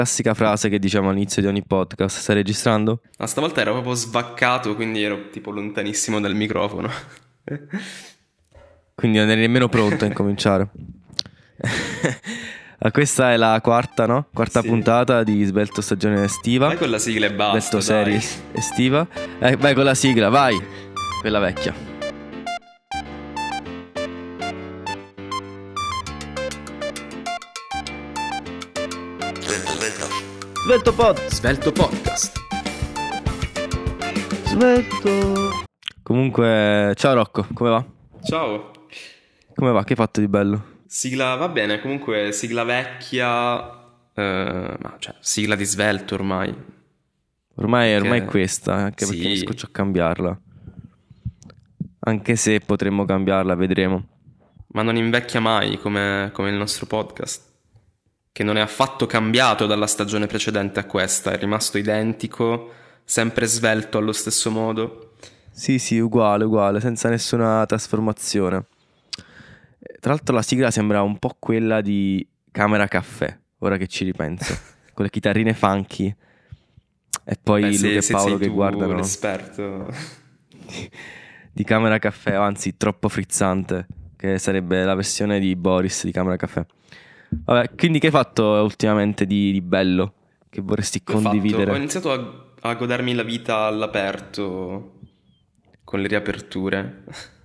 Classica frase che diciamo all'inizio di ogni podcast. Stai registrando? Ma stavolta ero proprio svaccato, quindi ero tipo lontanissimo dal microfono. Quindi non eri nemmeno pronto a incominciare. Questa è la quarta, no? Quarta Sì. puntata di Svelto stagione estiva. Vai con la sigla e basta, Svelto serie dai. estiva. Vai con la sigla, vai. Quella vecchia. Svelto pod. Svelto podcast. Svelto. Comunque, ciao Rocco, come va? Ciao. Come va? Che hai fatto di bello? Sigla, va bene, comunque sigla vecchia, sigla di Svelto ormai. Ormai è Perché- questa, anche perché mi Sì. scoccio a cambiarla. Anche se potremmo cambiarla, vedremo. Ma non invecchia mai come il nostro podcast, che non è affatto cambiato dalla stagione precedente a questa, è rimasto identico, sempre svelto allo stesso modo. Sì, uguale, senza nessuna trasformazione. Tra l'altro la sigla sembra un po' quella di Camera Caffè, ora che ci ripenso. Con le chitarrine funky. E poi Beh, Luca e se Paolo sei che tu guardano l'esperto. di Camera Caffè, anzi troppo frizzante, che sarebbe la versione di Boris di Camera Caffè. Vabbè, quindi che hai fatto ultimamente di bello? Che vorresti Che ho fatto? condividere? Ho iniziato a godermi la vita all'aperto con le riaperture.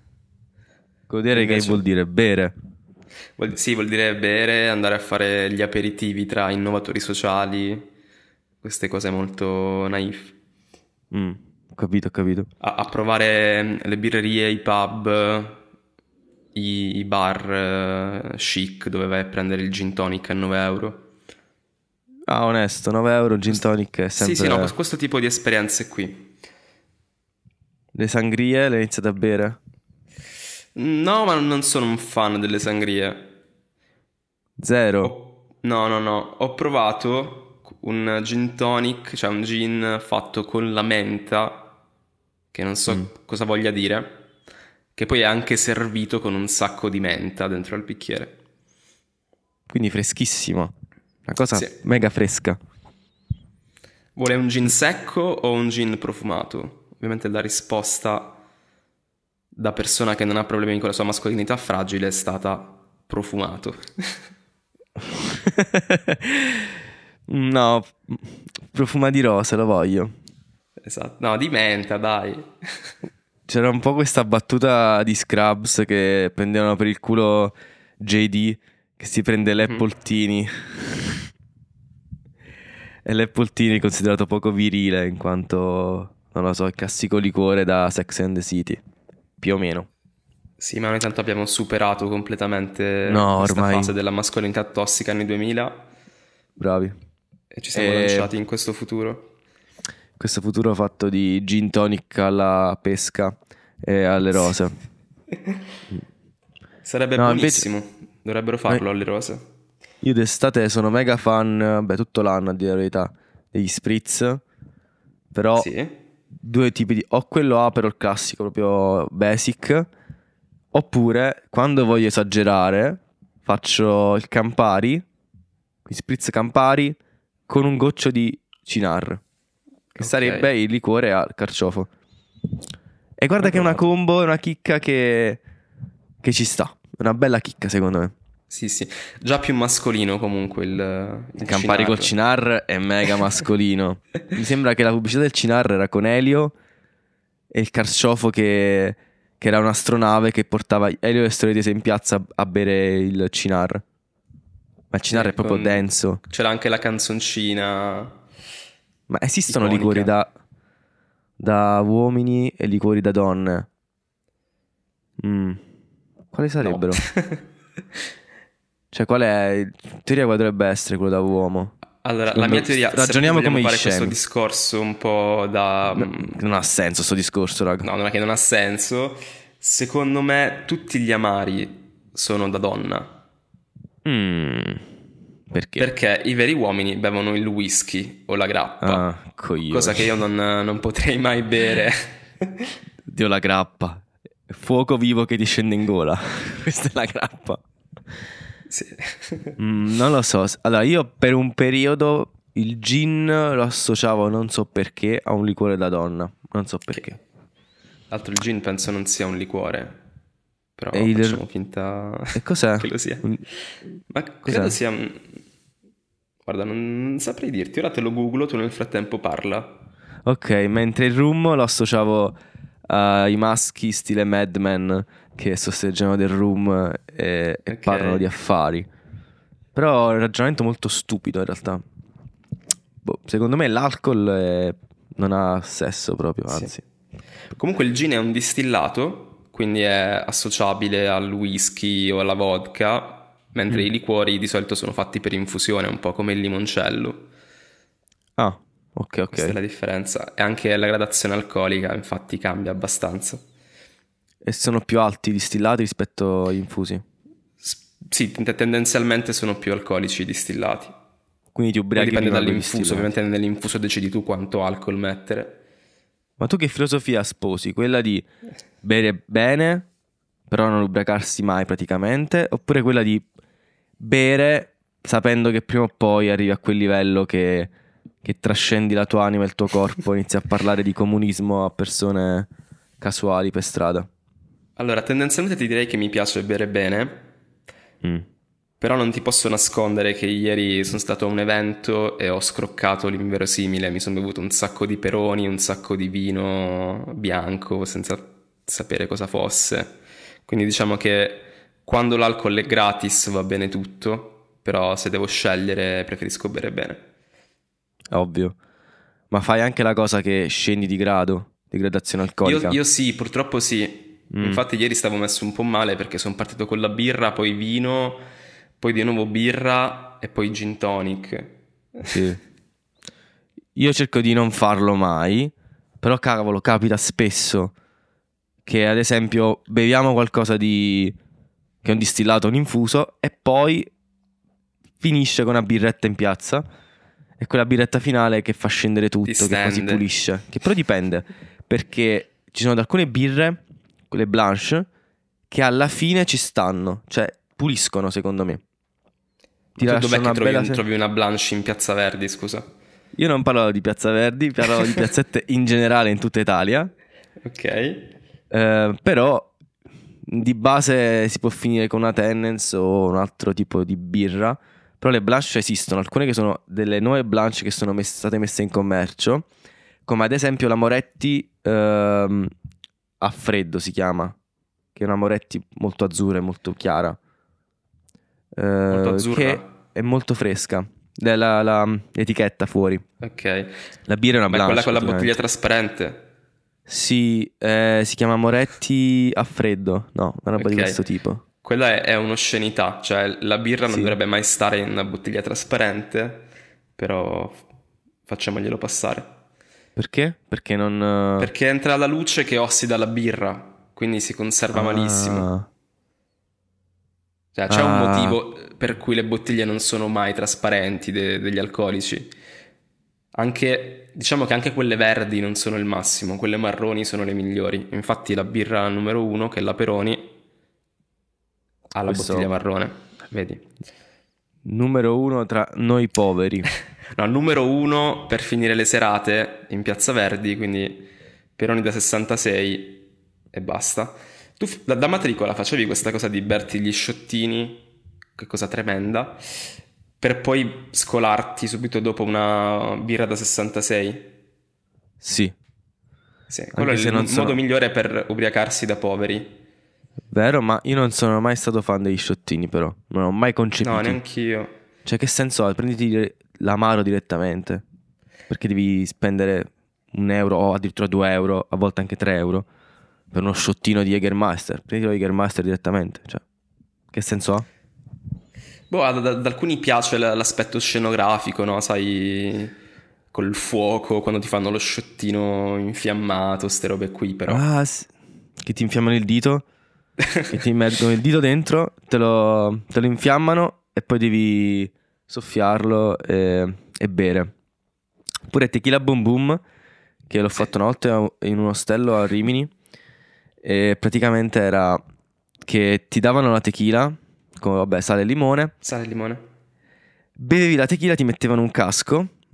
Tu Godere che invece? vuol dire bere. Sì, vuol dire bere, andare a fare gli aperitivi tra innovatori sociali, queste cose molto naif. Ho capito. A provare le birrerie, i pub, i bar chic dove vai a prendere il gin tonic a 9 euro. Ah, onesto, 9 euro gin tonic è Sì, sì, no, sempre... questo tipo di esperienze qui. Le sangrie le hai iniziate a bere? No, ma non sono un fan delle sangrie. Zero. No. Ho provato un gin tonic, cioè un gin fatto con la menta, che non Mm. so cosa voglia dire, che poi è anche servito con un sacco di menta dentro al bicchiere. Quindi freschissimo. Una cosa Sì. mega fresca. Vuole un gin secco o un gin profumato? Ovviamente la risposta da persona che non ha problemi con la sua mascolinità fragile è stata profumato. No, profuma di rosa, lo voglio. Esatto. No, di menta, dai. C'era un po' questa battuta di Scrubs che prendevano per il culo JD che si prende l'Apple Tini. E l'Apple Tini è considerato poco virile in quanto, non lo so, il classico liquore da Sex and the City. Più o meno. Sì, ma noi tanto abbiamo superato completamente No, questa ormai, fase della mascolinità tossica anni 2000 bravi. e ci siamo E lanciati in questo futuro. questo futuro fatto di gin tonic alla pesca e alle rose. Sarebbe No, invece buonissimo, dovrebbero eh, farlo alle rose. io d'estate sono mega fan, beh, tutto l'anno a dire la verità, degli spritz, però Sì? due tipi di... O quello Aperol classico, proprio basic, oppure quando voglio esagerare faccio il Campari, il spritz Campari con un goccio di Cynar, che Ok, sarebbe il liquore al carciofo. E guarda mai che è una provato. combo, è una chicca che ci sta, una bella chicca secondo me. Sì, sì. Già più mascolino comunque Il il Campari col Cynar. Cynar è mega mascolino. Mi sembra che la pubblicità del Cynar era con Elio e il carciofo che era un'astronave che portava Elio e Storie in piazza a bere il Cynar. Ma il Cynar è Sì, proprio denso. c'era anche la canzoncina Ma esistono liquori iconica. da uomini e liquori da donne? Mm. Quali No. sarebbero? Cioè, qual è? In teoria quale dovrebbe essere quello da uomo? Allora, la mia teoria, se proprio Ragioniamo vogliamo come gli fare questo scemi. discorso un po' da... Non ha senso sto discorso, raga. No, non è che non ha senso. Secondo me tutti gli amari sono da donna. Mm. Perché? Perché i veri uomini bevono il whisky o la grappa. Ah, Cosa coglioni. che io non potrei mai bere. Dio la grappa. Fuoco vivo che ti scende in gola. Questa è la grappa. Sì. Non lo so. Allora, io per un periodo il gin lo associavo, non so perché, a un liquore da donna. Non so perché. Tra l'altro il gin penso non sia un liquore, però E il... facciamo finta E cos'è? che lo sia. Un- Ma Cos'è? credo sia... Guarda, non saprei dirti, ora te lo googlo, tu nel frattempo parla. Ok, mentre il rum lo associavo ai maschi stile Mad Men che sorseggiano del rum e Ok. parlano di affari. Però è un ragionamento molto stupido in realtà. Boh, secondo me l'alcol non ha sesso proprio, Sì. anzi. Comunque il gin è un distillato, quindi è associabile al whisky o alla vodka, mentre i liquori di solito sono fatti per infusione, un po' come il limoncello. Ah, ok, Questa è ok. la differenza. E anche la gradazione alcolica, infatti, cambia abbastanza. E sono più alti i distillati rispetto agli infusi. Sì, tendenzialmente sono più alcolici i distillati. Quindi ti Poi ubriachi dipende prima con i dall'infuso, distillati. ovviamente nell'infuso decidi tu quanto alcol mettere. Ma tu che filosofia sposi? Quella di bere bene, però non ubriacarsi mai praticamente, oppure quella di bere sapendo che prima o poi arrivi a quel livello che trascendi la tua anima e il tuo corpo, inizi a parlare di comunismo a persone casuali per strada? Allora, tendenzialmente ti direi che mi piace bere bene, Mm. però non ti posso nascondere che ieri sono stato a un evento e ho scroccato l'inverosimile. Mi sono bevuto un sacco di peroni, un sacco di vino bianco senza sapere cosa fosse. Quindi diciamo che quando l'alcol è gratis va bene tutto, però se devo scegliere preferisco bere bene. Ovvio. Ma fai anche la cosa che scendi di grado, di gradazione alcolica. Io sì, purtroppo sì. Mm, Infatti ieri stavo messo un po' male perché sono partito con la birra, poi vino, poi di nuovo birra e poi gin tonic. sì. Io cerco di non farlo mai, però cavolo, capita spesso che ad esempio beviamo qualcosa di che è un distillato, un infuso e poi finisce con una birretta in piazza e quella birretta finale che fa scendere Ti tutto, che quasi stende. pulisce, che però dipende perché ci sono alcune birre, quelle blanche, che alla fine ci stanno, cioè puliscono secondo me. Ma Ti tu dov'è lasciano che una bella trovi una Blanche in Piazza Verdi, scusa? Io non parlavo di Piazza Verdi, parlavo di piazzette in generale in tutta Italia. Ok. Però di base si può finire con una Tennent's o un altro tipo di birra. Però le blanche esistono, alcune che sono delle nuove blanche che sono state messe in commercio, come ad esempio la Moretti a freddo si chiama, che è una Moretti molto azzurra e molto chiara, Molto che azzurra. è molto fresca. L'etichetta fuori. Ok. La birra è una Beh, quella blanche con la bottiglia praticamente. trasparente. Sì, si chiama Moretti a freddo, no, una roba di questo Ok. tipo. Quella è un'oscenità, cioè la birra non Sì. dovrebbe mai stare in una bottiglia trasparente, però facciamoglielo passare. Perché? Perché non... Perché entra la luce che ossida la birra, quindi si conserva malissimo. Ah, Cioè, c'è un ah, motivo per cui le bottiglie non sono mai trasparenti degli alcolici. Anche, diciamo che anche quelle verdi non sono il massimo, quelle marroni sono le migliori. Infatti la birra numero uno, che è la Peroni, ha la bottiglia questo marrone, vedi? numero uno tra noi poveri. No, numero uno per finire le serate in Piazza Verdi, quindi Peroni da 66 e basta. Tu da matricola facevi questa cosa di berti gli sciottini, che cosa tremenda, per poi scolarti subito dopo una birra da 66. Sì, Sì, quello è anche il se non modo sono... migliore per ubriacarsi da poveri. Vero, ma io non sono mai stato fan degli sciottini però. Non ho mai No, concepiti. neanch'io. Cioè, che senso ha? Prenditi l'amaro direttamente. Perché devi spendere 1 euro o addirittura 2 euro, a volte anche 3 euro, per uno sciottino di Jägermeister. Prenditi lo Jägermeister direttamente. Cioè, che senso ha? Boh, ad alcuni piace l'aspetto scenografico, no? Sai, col fuoco, quando ti fanno lo sciottino infiammato, ste robe qui, però. Ah, che ti infiammano il dito, che ti immergono il dito dentro, te lo infiammano e poi devi soffiarlo e bere. Pure Tequila Boom Boom, che l'ho Sì, fatto una volta in un ostello a Rimini, e praticamente era che ti davano la tequila, come vabbè, sale e limone, sale e limone. bevevi la tequila, ti mettevano un casco,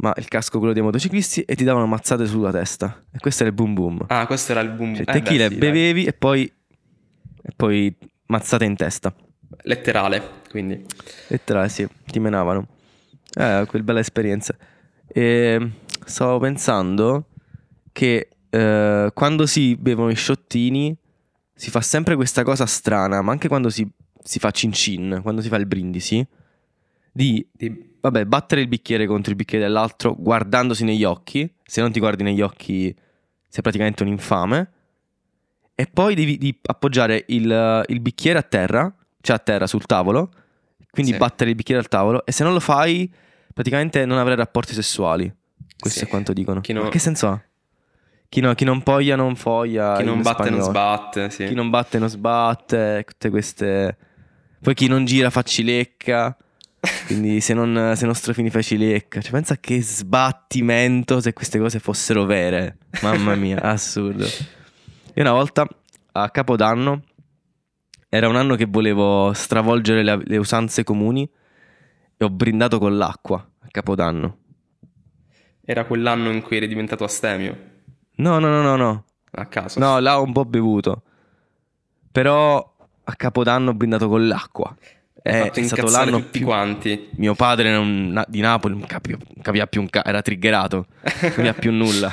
ma il casco quello dei motociclisti, e ti davano mazzate sulla testa. E questo era il boom boom. Ah, questo era il boom. Cioè, tequila sì, bevevi e poi mazzate in testa. Letterale, quindi. Letterale, sì, ti menavano. Quella bella esperienza. E stavo pensando che quando si bevono i sciottini si fa sempre questa cosa strana, ma anche quando si fa cin cin, quando si fa il brindisi, di vabbè, battere il bicchiere contro il bicchiere dell'altro guardandosi negli occhi. Se non ti guardi negli occhi sei praticamente un infame. E poi devi di appoggiare il bicchiere a terra, cioè a terra sul tavolo, quindi Sì. battere il bicchiere al tavolo, e se non lo fai praticamente non avrai rapporti sessuali. Questo Sì. è quanto dicono. Chi Ma non- che senso ha? Chi non poglia non foglia Chi non in batte non spagnolo. sbatte, sì. Chi non batte non sbatte, tutte queste. Poi chi non gira fa cilecca. Quindi se non strofini fai cilecca. Cioè, pensa che sbattimento se queste cose fossero vere. Mamma mia, assurdo. Io una volta a Capodanno, era un anno che volevo stravolgere le usanze comuni, e ho brindato con l'acqua a Capodanno. Era quell'anno in cui eri diventato astemio, No, no, no, no, no. a caso. No, là ho un po' bevuto. Però a Capodanno ho brindato con l'acqua. Hai fatto È stato incazzare l'anno tutti più. quanti. Mio padre di Napoli non capiva più era triggerato. Non capiva più nulla.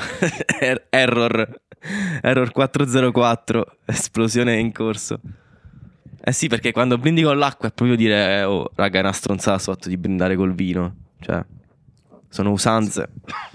Error 404. Esplosione in corso. Eh sì, perché quando brindi con l'acqua è proprio dire oh, raga, è una stronzata sto fatto di brindare col vino. Cioè, sono usanze.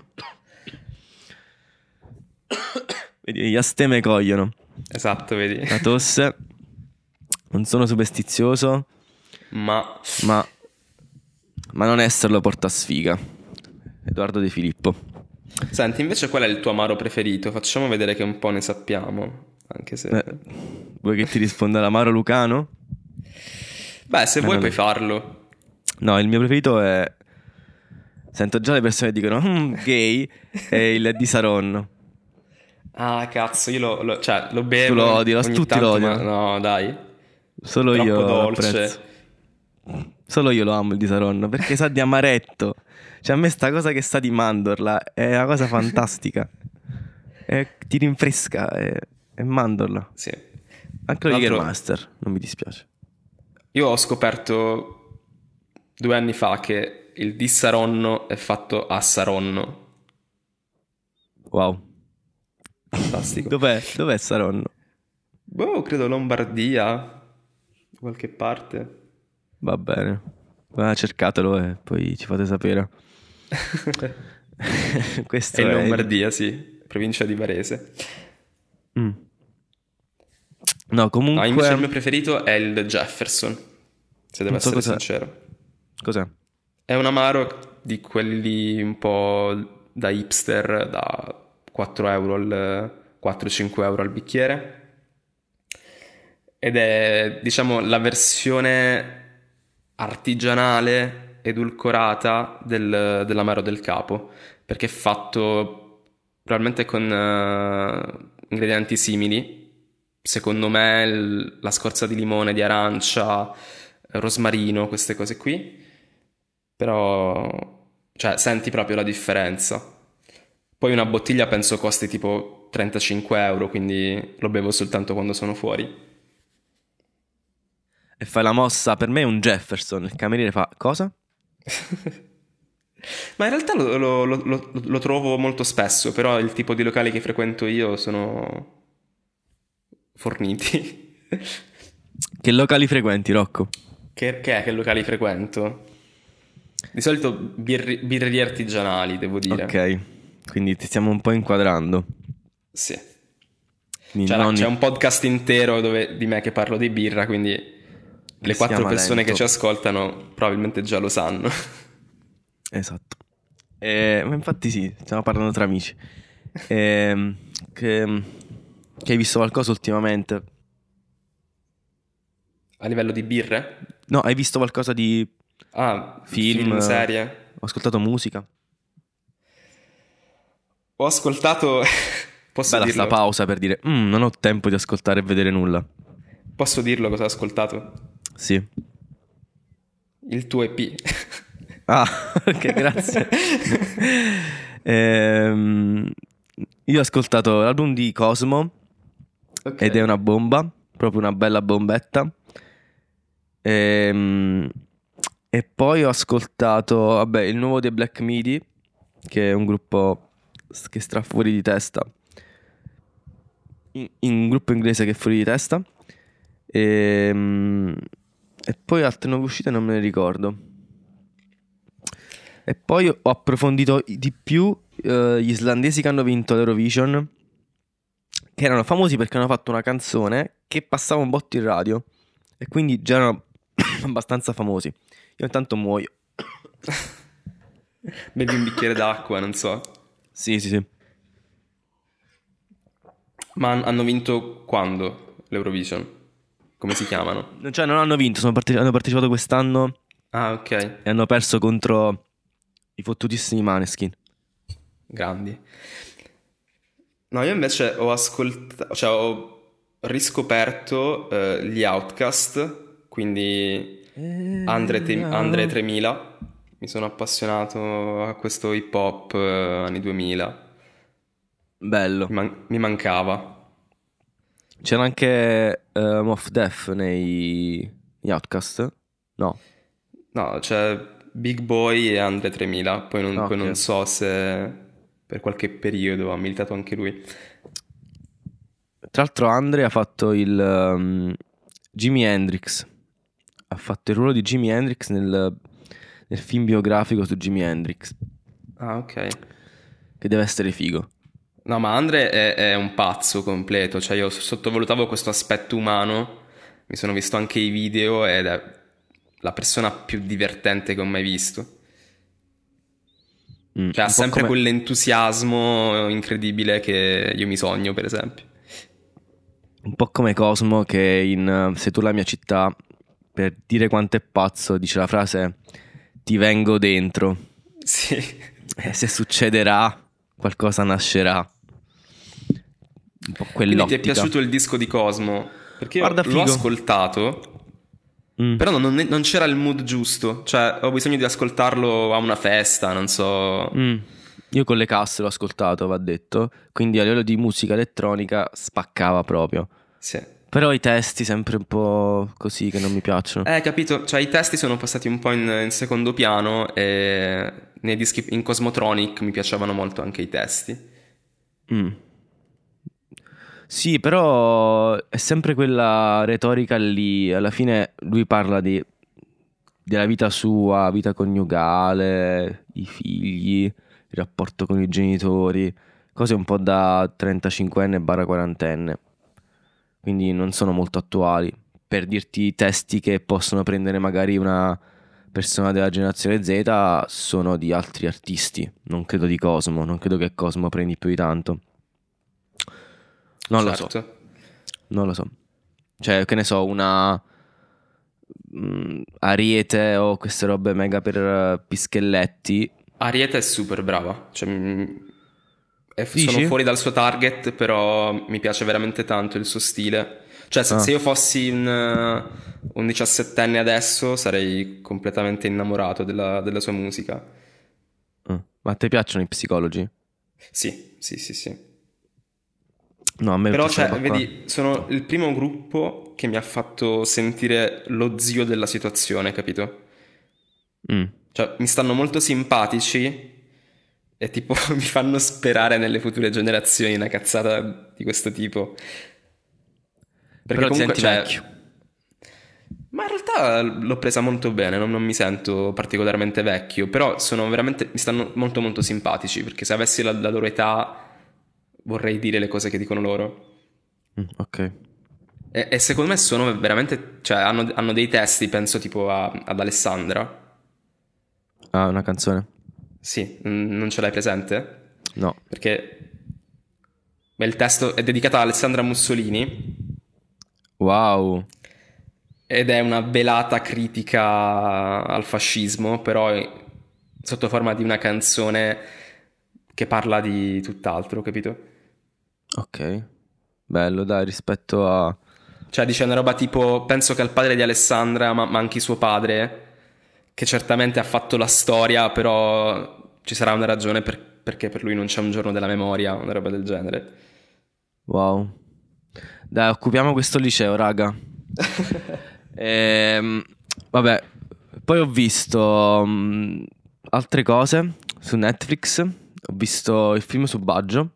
Vedi, gli asteme cogliono. Esatto, vedi. La tosse. Non sono superstizioso, Ma ma non esserlo porta sfiga. Edoardo De Filippo. senti, invece qual è il tuo amaro preferito? Facciamo vedere che un po' ne sappiamo. Anche se... Vuoi che ti risponda l'amaro lucano? Beh, se vuoi non puoi è- farlo. No, il mio preferito è. Sento già le persone che dicono gay. È il di Saronno. Ah, cazzo, io cioè, lo Tu bevo lo odi, ogni tutti lo tanto, ma odiano. no, dai. Solo Troppo io lo dolce. apprezzo. Solo io lo amo il di Saronno perché sa di amaretto. Cioè, a me sta cosa che sa di mandorla è una cosa fantastica. Ti rinfresca. È mandorla. Sì. Anche Tra lo l'altro, Jägermeister, non mi dispiace. io ho scoperto 2 anni fa che il di Saronno è fatto a Saronno. Wow. Fantastico. Dov'è Saronno? Boh, credo Lombardia, da qualche parte. Va bene. Cercatelo e poi ci fate sapere. Questo È in è Lombardia, sì, provincia di Varese. No, No, comunque. invece il mio preferito è il Jefferson, se devo Non so essere cos'è. sincero. Cos'è? È un amaro di quelli un po' da hipster, da 4 euro 4-5 euro al bicchiere. Ed è, diciamo, la versione artigianale, edulcorata dell'amaro del capo, perché è fatto probabilmente con ingredienti simili. Secondo me la scorza di limone, di arancia, rosmarino, queste cose qui. Però, cioè, senti proprio la differenza. Poi una bottiglia penso costi tipo 35 euro, quindi lo bevo soltanto quando sono fuori. E fai la mossa, per me è un Jefferson. Il cameriere fa cosa? Ma in realtà lo trovo molto spesso, però il tipo di locali che frequento io sono forniti. Che locali frequenti, Rocco? Che è che locali frequento? Di solito birrerie artigianali, devo dire. Ok, quindi ti stiamo un po' inquadrando. Sì. Quindi C'è un podcast intero di me che parlo di birra, quindi le si 4 chiama persone Lento. che ci ascoltano probabilmente già lo sanno. Esatto. Ma infatti sì, stiamo parlando tra amici. Che hai visto qualcosa ultimamente? A livello di birre? No, hai visto qualcosa di Ah, film? serie. Ho ascoltato musica. Ho ascoltato... Posso Bella sta dirlo? pausa per dire non ho tempo di ascoltare e vedere nulla. Posso dirlo cosa ho ascoltato? Sì. Il tuo EP. Ah, ok, grazie. Ehm, io ho ascoltato l'album di Cosmo Ok. ed è una bomba, proprio una bella bombetta. Ehm, E, poi ho ascoltato, vabbè, il nuovo dei Black Midi, che è un gruppo che stra fuori di testa. Un gruppo inglese che è fuori di testa. E, e poi altre nuove uscite non me ne ricordo. E poi ho approfondito di più gli islandesi che hanno vinto l'Eurovision, che erano famosi perché hanno fatto una canzone che passava un botto in radio e quindi già erano abbastanza famosi. Io intanto muoio. Bevi un bicchiere d'acqua, non so. Sì, sì, sì. Ma hanno vinto quando l'Eurovision? Come si chiamano? Cioè non hanno vinto, hanno partecipato quest'anno Ah, ok. e hanno perso contro i fottutissimi Maneskin. Grandi. No, io invece ho ascoltato, cioè ho riscoperto gli Outcast, quindi Andre 3000. Mi sono appassionato a questo hip hop anni 2000. Bello. Mi mancava. C'era anche Moff Def negli Outcast? No. No, c'è Big Boy e Andre 3000, Ah, poi non ok. so se per qualche periodo ha militato anche lui. Tra l'altro Andre ha fatto il Jimi Hendrix. Ha fatto il ruolo di Jimi Hendrix nel film biografico su Jimi Hendrix, Ah, ok. che deve essere figo. No, ma Andre è un pazzo completo, cioè io sottovalutavo questo aspetto umano, mi sono visto anche i video ed è la persona più divertente che ho mai visto. Cioè ha Un po' sempre come, quell'entusiasmo incredibile che io mi sogno, per esempio. un po' come Cosmo che in Sei tu la mia città, per dire quanto è pazzo, dice la frase ti vengo dentro. Sì. E se succederà, qualcosa nascerà. Un po' Quindi ti è quell'ottica. piaciuto il disco di Cosmo? Perché io Guarda, l'ho figo. ascoltato, Mm. però non c'era il mood giusto. Cioè, ho bisogno di ascoltarlo a una festa, non so. Mm. Io con le casse l'ho ascoltato, va detto. Quindi a livello di musica elettronica spaccava proprio. Sì. Però i testi sempre un po' così che non mi piacciono. Capito. Cioè, i testi sono passati un po' in secondo piano e nei dischi in Cosmotronic mi piacevano molto anche i testi. Mm. Sì, però è sempre quella retorica lì. Alla fine lui parla della vita sua, vita coniugale, i figli, il rapporto con i genitori, cose un po' da 35enne barra quarantenne. Quindi non sono molto attuali. Per dirti testi che possono prendere magari una persona della generazione Z sono di altri artisti. Non credo di Cosmo, non credo che Cosmo prendi più di tanto. Non lo so. Certo. Non lo so. Cioè, che ne so, una Ariete o queste robe mega per Pischelletti. Ariete è super brava. Cioè, sono Dici? fuori dal suo target, però mi piace veramente tanto il suo stile. Cioè, se Ah, io fossi un 17enne adesso, sarei completamente innamorato della sua musica. ah. Ma a te piacciono i psicologi? Sì, sì, sì, sì. No, a me Però, questa cioè, roba qua. vedi, sono il primo gruppo che mi ha fatto sentire lo zio della situazione, capito? Mm. Cioè, mi stanno molto simpatici e tipo mi fanno sperare nelle future generazioni una cazzata di questo tipo. Perché Però ti comunque, senti cioè... vecchio. Ma in realtà l'ho presa molto bene, non mi sento particolarmente vecchio, però sono veramente... mi stanno molto molto simpatici, perché se avessi la loro età vorrei dire le cose che dicono loro. Ok. E secondo me sono veramente... cioè hanno dei testi, penso tipo ad Alessandra. Ah, una canzone? Sì, non ce l'hai presente? No. Perché beh, il testo è dedicato a Alessandra Mussolini Wow. ed è una velata critica al fascismo, però sotto forma di una canzone che parla di tutt'altro, capito? Ok. Bello, dai, rispetto Cioè dice una roba tipo, penso che al padre di Alessandra manchi suo padre, che certamente ha fatto la storia, però ci sarà una ragione perché per lui non c'è un giorno della memoria, una roba del genere. Wow. Dai, occupiamo questo liceo, raga. Ehm, Vabbè, poi ho visto altre cose su Netflix. Ho visto il film su Baggio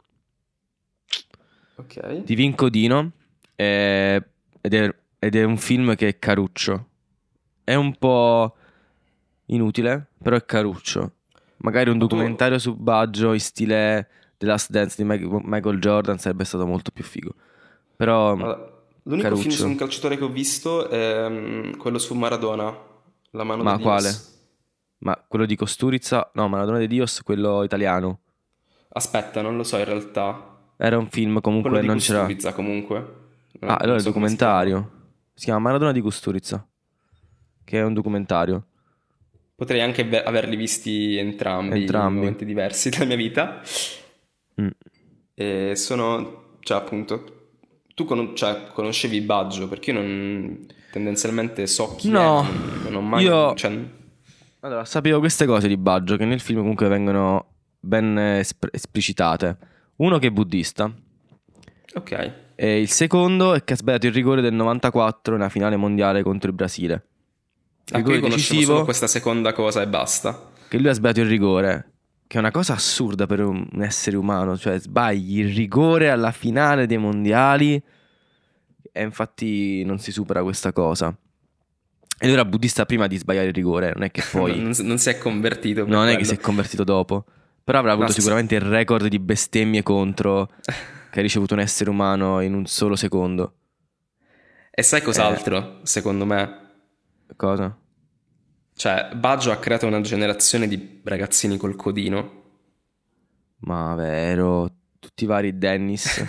Ok. di Vincodino ed è un film che è caruccio. È un po' inutile, però è caruccio. Magari un Ma tu, documentario su Baggio in stile The Last Dance di Michael Jordan sarebbe stato molto più figo. Però guarda, l'unico film su un caruccio. calciatore che ho visto è quello su Maradona, La mano de Ma quale? Dios. Ma quello di Costurizza? No, Maradona de Dios, quello italiano. Aspetta, non lo so in realtà. Era un film, Quello comunque di non c'era. Kusturica comunque. Ah, allora Non il so come si chiama. documentario. Si chiama Maradona di Costurizza, che è un documentario. Potrei anche averli visti entrambi in Entrambi. momenti diversi della mia vita. Mm. E sono, cioè appunto, tu cioè, conoscevi Baggio, perché io non, tendenzialmente so chi è, ma No, non ho mai, io cioè, allora sapevo queste cose di Baggio che nel film comunque vengono ben esplicitate. Uno che è buddista ok. e il secondo è che ha sbagliato il rigore del 94 nella finale mondiale contro il Brasile. Ecco, io Rigore conoscevo solo decisivo questa seconda cosa e basta. che lui ha sbagliato il rigore, che è una cosa assurda per un essere umano, cioè sbagli il rigore alla finale dei mondiali e infatti non si supera questa cosa. E lui era buddista prima di sbagliare il rigore, non è che poi Non si è convertito per non è che si quello. è convertito dopo, però avrà No, avuto sicuramente il record di bestemmie contro che ha ricevuto un essere umano in un solo secondo. E sai Eh, cos'altro, secondo me? cosa? Cioè, Baggio ha creato una generazione di ragazzini col codino. Ma vero, tutti i vari Dennis.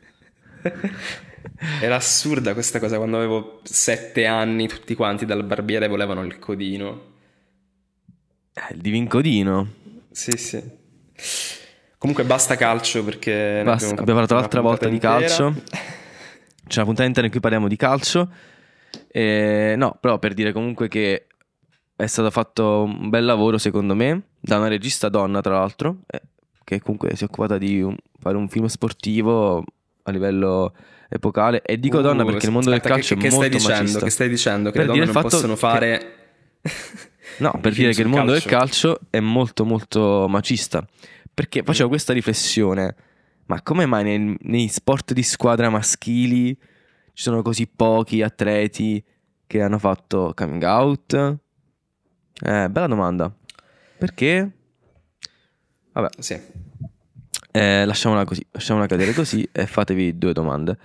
Era assurda questa cosa quando avevo 7 anni, tutti quanti dal barbiere volevano il codino. Il divincodino. Sì, sì. Comunque basta calcio perché ne Basta, abbiamo abbiamo fatto parlato una l'altra puntata volta di intera. calcio. C'è una puntata intera in cui parliamo di calcio. No, però per dire comunque che è stato fatto un bel lavoro secondo me da una regista donna tra l'altro, che comunque si è occupata di fare un film sportivo a livello epocale. E dico donna perché il mondo del Aspetta, calcio è che stai molto dicendo? Che machista. stai dicendo? Che le Per dire donne il non fatto possono che fare No, i per film dire che il sul mondo del calcio? calcio è molto molto macista. Perché facevo Mm. questa riflessione, ma come mai nei sport di squadra maschili ci sono così pochi atleti che hanno fatto coming out? Bella domanda. Perché? Vabbè, Sì. lasciamola così, lasciamola cadere così e fatevi due domande.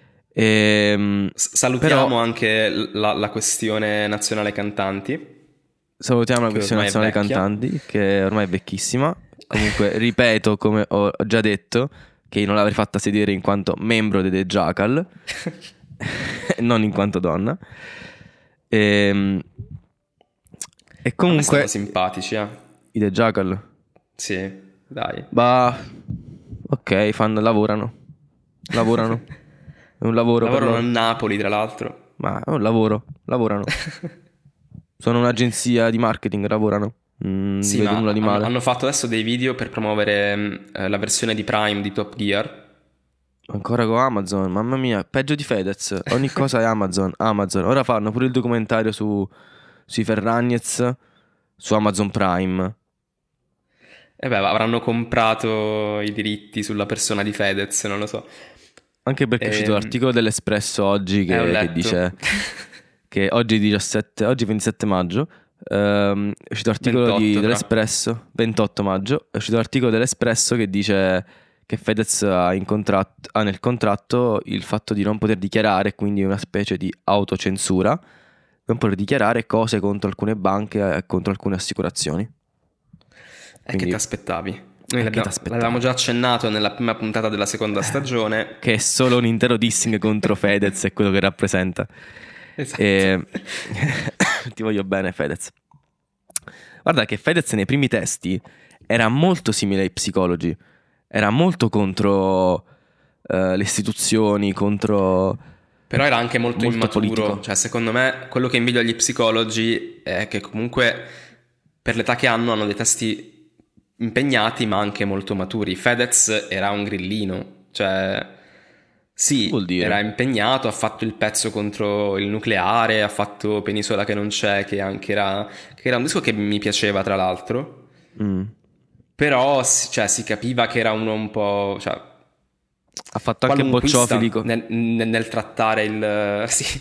Però Salutiamo anche la questione nazionale cantanti, salutiamo la che questione ormai è nazionale vecchia. cantanti, che ormai è vecchissima. Comunque, ripeto, come ho già detto, che io non l'avrei fatta sedere in quanto membro dei The Jackal, non in quanto donna. Ehm, E, A me stanno comunque, simpatici, eh. i The Jackal, Sì, dai. bah, ok, lavorano. Lavorano. È un lavoro per Lavorano a loro. Napoli, tra l'altro. Ma è un lavoro, lavorano. Sono un'agenzia di marketing, lavorano. Non Sì, vedo ma nulla di male. hanno fatto adesso dei video per promuovere la versione di Prime di Top Gear. Ancora con Amazon, mamma mia, peggio di Fedez. Ogni cosa è Amazon, Amazon. Ora fanno pure il documentario sui Ferragnez su Amazon Prime. E beh, avranno comprato i diritti sulla persona di Fedez, non lo so. Anche perché è uscito Ehm, l'articolo dell'Espresso oggi ho che letto. dice che oggi, 17, oggi 27 maggio, è uscito l'articolo 28 tra. dell'Espresso, 28 maggio, è uscito l'articolo dell'Espresso che dice che Fedez ha nel contratto il fatto di non poter dichiarare, quindi una specie di autocensura, non poter dichiarare cose contro alcune banche e contro alcune assicurazioni. E che ti Quindi, aspettavi? Noi che ti l'avevamo aspettavi? già accennato nella prima puntata della seconda stagione. Che è solo un intero dissing contro Fedez e quello che rappresenta. Esatto. E... Ti voglio bene, Fedez. Guarda che Fedez nei primi testi era molto simile ai psicologi, era molto contro le istituzioni, contro Però era anche molto molto immaturo. politico. Cioè, secondo me, quello che invidio agli psicologi è che comunque per l'età che hanno dei testi impegnati ma anche molto maturi. Fedez era un grillino, cioè Che vuol sì, era dire? impegnato, ha fatto il pezzo contro il nucleare, ha fatto Penisola che non c'è, che era un disco che mi piaceva tra l'altro, Mm. però cioè, si capiva che era uno un po', cioè, Ha fatto anche qualunquista bocciofilico. nel trattare il... sì,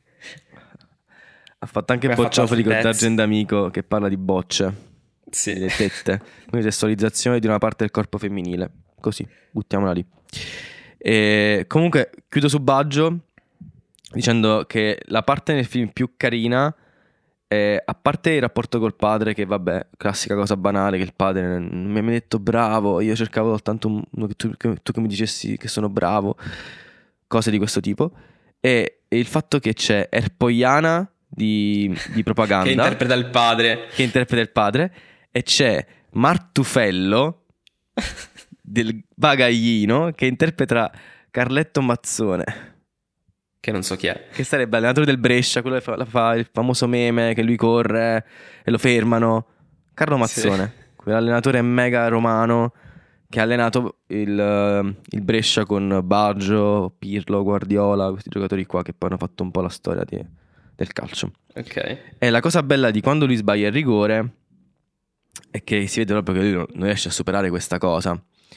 Ha fatto anche poi ha fatto altri bocciofilico pezzi. D'Argento Amico che parla di bocce e Sì. le tette. Quindi sessualizzazione di una parte del corpo femminile. Così, buttiamola lì. E comunque chiudo su Baggio dicendo che la parte nel film più carina è, a parte il rapporto col padre, che vabbè, classica cosa banale, che il padre non mi ha mai detto bravo, io cercavo soltanto uno tu che mi dicessi che sono bravo, cose di questo tipo. E il fatto che c'è Erpoiana di Che propaganda interpreta il padre. che interpreta il padre e c'è Martufello del bagaglino che interpreta Carletto Mazzone, Che non so chi è. che sarebbe l'allenatore del Brescia, quello che fa il famoso meme che lui corre e lo fermano. Carlo Sì. Mazzone, quell'allenatore mega romano che ha allenato il Brescia con Baggio, Pirlo, Guardiola, questi giocatori qua che poi hanno fatto un po' la storia del calcio. Ok. E la cosa bella di quando lui sbaglia il rigore è che si vede proprio che lui non riesce a superare questa cosa.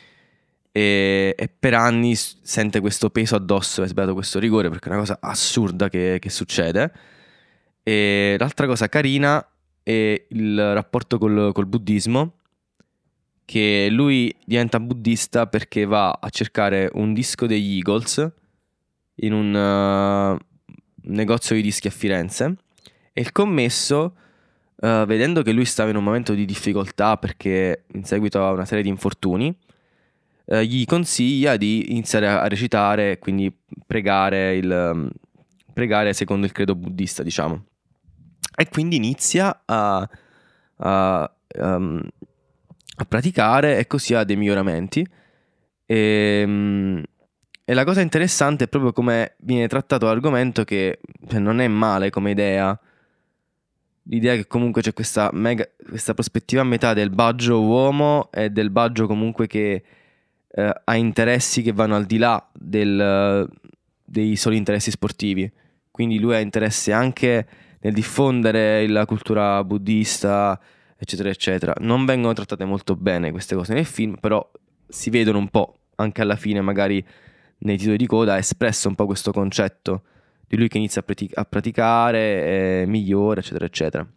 E per anni sente questo peso addosso, è sbagliato questo rigore perché è una cosa assurda che succede. E l'altra cosa carina è il rapporto col buddismo, che lui diventa buddista perché va a cercare un disco degli Eagles in un negozio di dischi a Firenze e il commesso, vedendo che lui stava in un momento di difficoltà perché in seguito a una serie di infortuni, gli consiglia di iniziare a recitare, quindi pregare, pregare secondo il credo buddista, diciamo. E quindi inizia a a praticare e così ha dei miglioramenti. E, e la cosa interessante è proprio come viene trattato l'argomento che cioè, non è male come idea. L'idea che comunque c'è questa prospettiva a metà del Baggio uomo e del Baggio comunque che ha interessi che vanno al di là dei soli interessi sportivi. Quindi lui ha interesse anche nel diffondere la cultura buddista, eccetera, eccetera. Non vengono trattate molto bene queste cose nel film, però si vedono un po' anche alla fine, magari nei titoli di coda, è espresso un po' questo concetto di lui che inizia a praticare, migliora, eccetera, eccetera.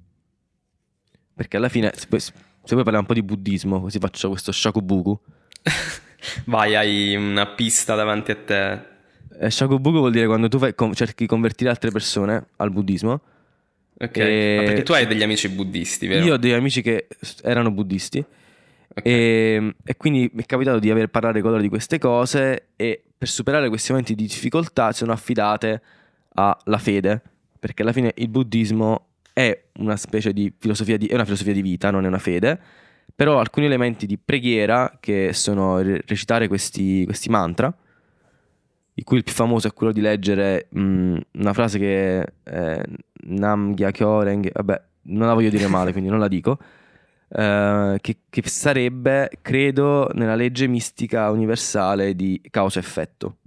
Perché alla fine, se vuoi parlare un po' di buddismo, così faccio questo shakubuku. Vai, hai una pista davanti a te. Shakubuku vuol dire quando tu cerchi di convertire altre persone al buddismo. Ok. Ma perché E tu hai degli amici buddisti, io ho vero? degli amici che erano buddisti Ok. e quindi mi è capitato di aver parlare con loro di queste cose e per superare questi momenti di difficoltà si sono affidate alla fede, perché alla fine il buddismo è una specie di filosofia è una filosofia di vita, non è una fede, però alcuni elementi di preghiera che sono recitare questi mantra, di cui il più famoso è quello di leggere una frase che è Nam Gyakyo Renge, vabbè, non la voglio dire male, quindi non la dico, che sarebbe, credo, nella legge mistica universale di causa-effetto.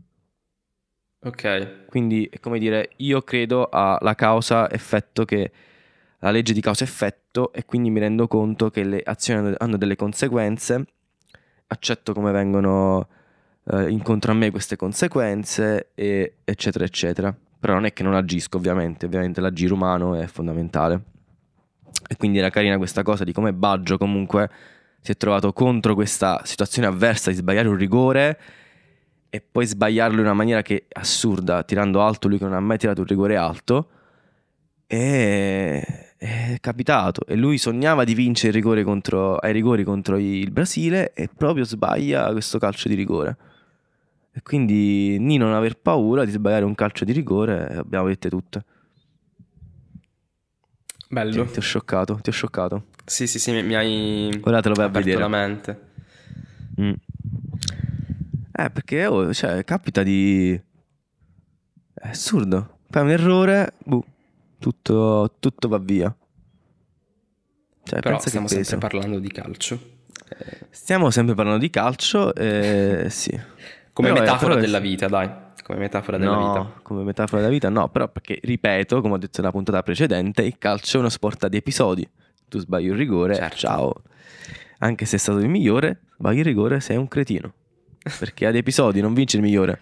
Ok. Quindi è come dire, io credo alla causa-effetto che la legge di causa-effetto e quindi mi rendo conto che le azioni hanno delle conseguenze, accetto come vengono incontro a me queste conseguenze, eccetera, eccetera. Però non è che non agisco, ovviamente l'agire umano è fondamentale. E quindi era carina questa cosa di come Baggio comunque si è trovato contro questa situazione avversa di sbagliare un rigore e poi sbagliarlo in una maniera che è assurda, tirando alto lui che non ha mai tirato un rigore alto. E è capitato. E lui sognava di vincere ai rigori contro il Brasile e proprio sbaglia questo calcio di rigore. E quindi Nino non aver paura di sbagliare un calcio di rigore, abbiamo dette tutte. Bello. Ti ho scioccato, ti ho scioccato. Sì, sì, sì, mi hai Ora te lo vai a aperto la vedere. mente. Mm. Perché cioè, capita di... È assurdo. Fai un errore, tutto va via. Cioè, Però pensa che stiamo peso. sempre parlando di calcio. Stiamo sempre parlando di calcio, sì. Come metafora però della vita, dai. Come metafora della vita. No, come metafora della vita no, però perché, ripeto, come ho detto nella puntata precedente, il calcio è uno sport ad episodi. Tu sbagli un rigore, Certo. ciao. Anche se è stato il migliore, sbagli il rigore, sei un cretino. Perché ad episodi non vince il migliore.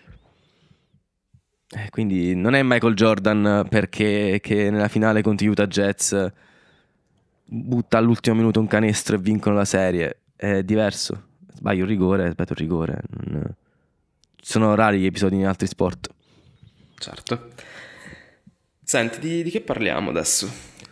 Quindi non è Michael Jordan perché che nella finale contro Utah Jazz butta all'ultimo minuto un canestro e vincono la serie. È diverso. Sbagli un rigore, sbaglio un rigore. Sono rari gli episodi in altri sport. Certo. Senti, di che parliamo adesso?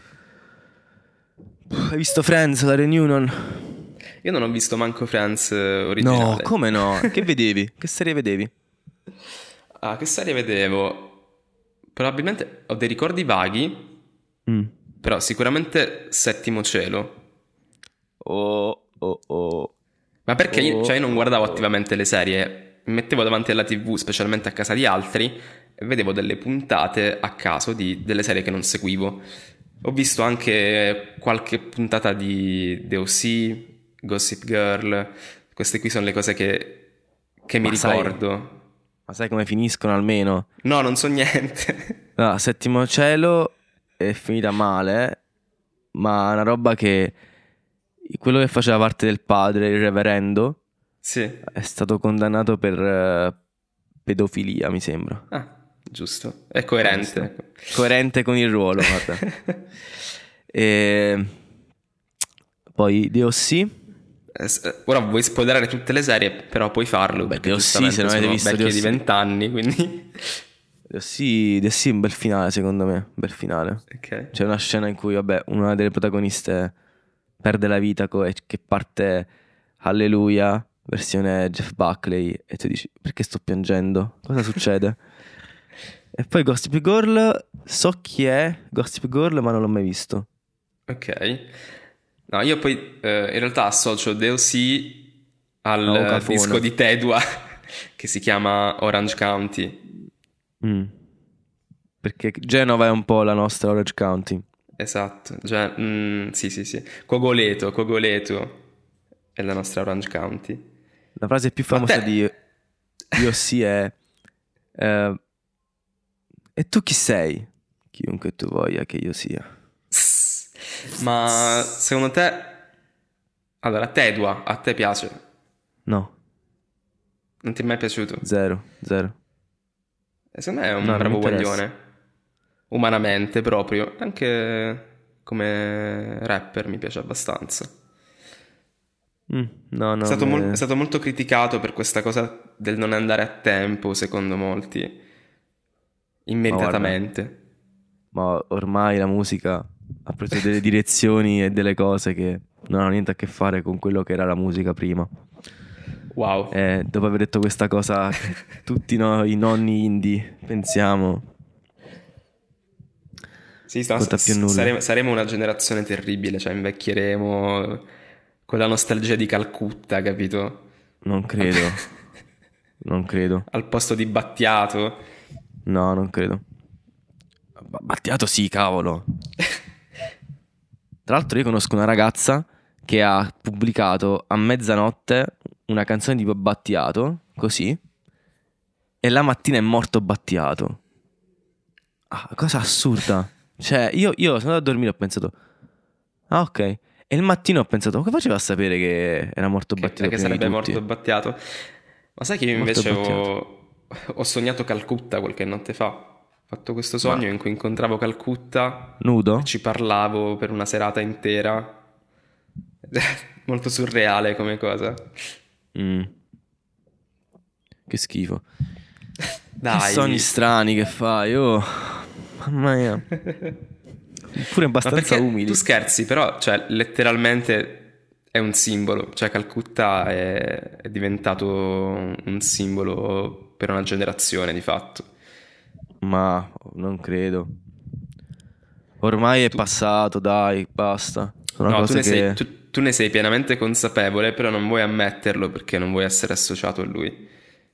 Hai visto Friends, la reunion? Io non ho visto manco Friends originale. No, come no? Che vedevi? Che serie vedevi? Ah, che serie vedevo? Probabilmente ho dei ricordi vaghi, però sicuramente Settimo Cielo. Oh. Ma perché io non guardavo attivamente le serie, mi mettevo davanti alla TV, specialmente a casa di altri, e vedevo delle puntate a caso delle serie che non seguivo. Ho visto anche qualche puntata di The O.C., Gossip Girl, queste qui sono le cose che mi Ma sai- ricordo. Ma sai come finiscono almeno? No, non so niente. No, Settimo Cielo è finita male, ma una roba che quello che faceva parte del padre, il reverendo, Sì. è stato condannato per pedofilia, mi sembra. Ah, giusto. È coerente. Coerente con il ruolo, guarda. E poi DOC. Ora vuoi spoilerare tutte le serie, però puoi farlo. Beh, perché DOC, se giustamente non avete sono visto vecchie di DOC. 20 anni, quindi... DOC è un bel finale, secondo me. Bel finale. Ok. C'è una scena in cui, vabbè, una delle protagoniste perde la vita e che parte Alleluia, versione Jeff Buckley, e tu dici, perché sto piangendo? Cosa succede? E poi Gossip Girl, so chi è Gossip Girl, ma non l'ho mai visto. Ok. No, io poi in realtà associo DOC al Cafone. disco di Tedua che si chiama Orange County. Perché Genova è un po' la nostra Orange County. Esatto. Cioè, sì. Cogoleto è la nostra Orange County. La frase più famosa di OC è e tu chi sei? Chiunque tu voglia che io sia. Ma secondo te... Allora, Tedua, a te piace? No, Non ti è mai piaciuto? zero. Secondo me è un No, non bravo mi interessa. guaglione. Umanamente proprio. Anche come rapper mi piace abbastanza. No, È stato molto criticato per questa cosa del non andare a tempo, secondo molti. Immeritatamente. Ma ormai la musica ha preso delle direzioni e delle cose che non hanno niente a che fare con quello che era la musica prima. Wow. Dopo aver detto questa cosa, che tutti noi nonni indie pensiamo. Sì, Conta più nulla. saremo una generazione terribile, cioè invecchieremo con la nostalgia di Calcutta, capito? Non credo. Non credo. Al posto di Battiato. No, non credo. Battiato sì, cavolo. Tra l'altro io conosco una ragazza che ha pubblicato a mezzanotte una canzone di Battiato, così, e la mattina è morto Battiato. Ah, cosa assurda. Cioè, io sono andato a dormire e ho pensato, ah ok. E il mattino ho pensato, come faceva a sapere che era morto Battiato Che prima di sarebbe tutti? morto Battiato. Ma sai che io Morto invece Battiato. ho sognato Calcutta qualche notte fa. Ho fatto questo Ma sogno in cui incontravo Calcutta nudo? e ci parlavo per una serata intera. Molto surreale come cosa. Mm. Che schifo. Che Dai. sogni strani che fai, oh. Mamma mia. Pure Ma abbastanza perché umili. tu scherzi, però, cioè, letteralmente è un simbolo. Cioè, Calcutta è diventato un simbolo per una generazione, di fatto. Ma non credo. Ormai è passato, dai, basta. Sono No, cose che... tu ne sei pienamente consapevole, però non vuoi ammetterlo perché non vuoi essere associato a lui.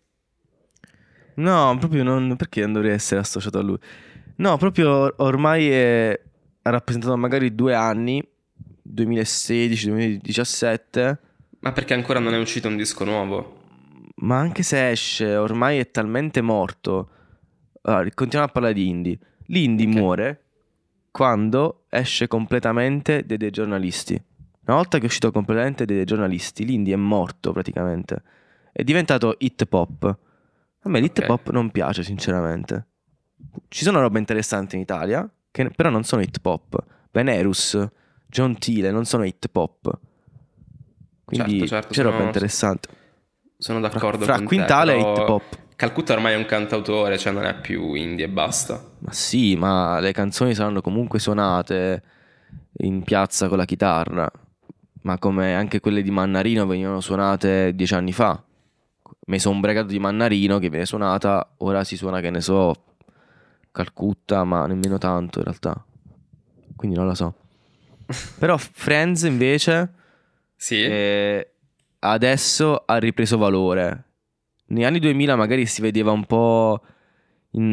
No, proprio non... Perché non dovrei essere associato a lui? No, proprio ormai ha rappresentato magari 2 anni 2016-2017. Ma perché ancora non è uscito un disco nuovo? Ma anche se esce, ormai è talmente morto. Allora, continuiamo a parlare di indie. L'indie Ok. muore quando esce completamente dei giornalisti. Una volta che è uscito completamente dei giornalisti, l'indie è morto praticamente. È diventato hip hop. A me l'hip Ok. hop non piace, sinceramente. Ci sono robe interessanti in Italia, che però non sono hip hop. Venerus, John Thiele non sono hip hop. Certo, Quindi certo, c'è roba interessante. sono Fra, d'accordo fra con te, Quintale e hip però hop. Calcutta ormai è un cantautore, cioè non è più indie e basta. Ma sì, ma le canzoni saranno comunque suonate in piazza con la chitarra. Ma come anche quelle di Mannarino venivano suonate 10 anni fa. Mi sono bregato di Mannarino che viene suonata, ora si suona, che ne so, Calcutta, ma nemmeno tanto in realtà. Quindi non lo so. Però Friends invece Sì? eh, adesso ha ripreso valore. Negli anni 2000 magari si vedeva un po' in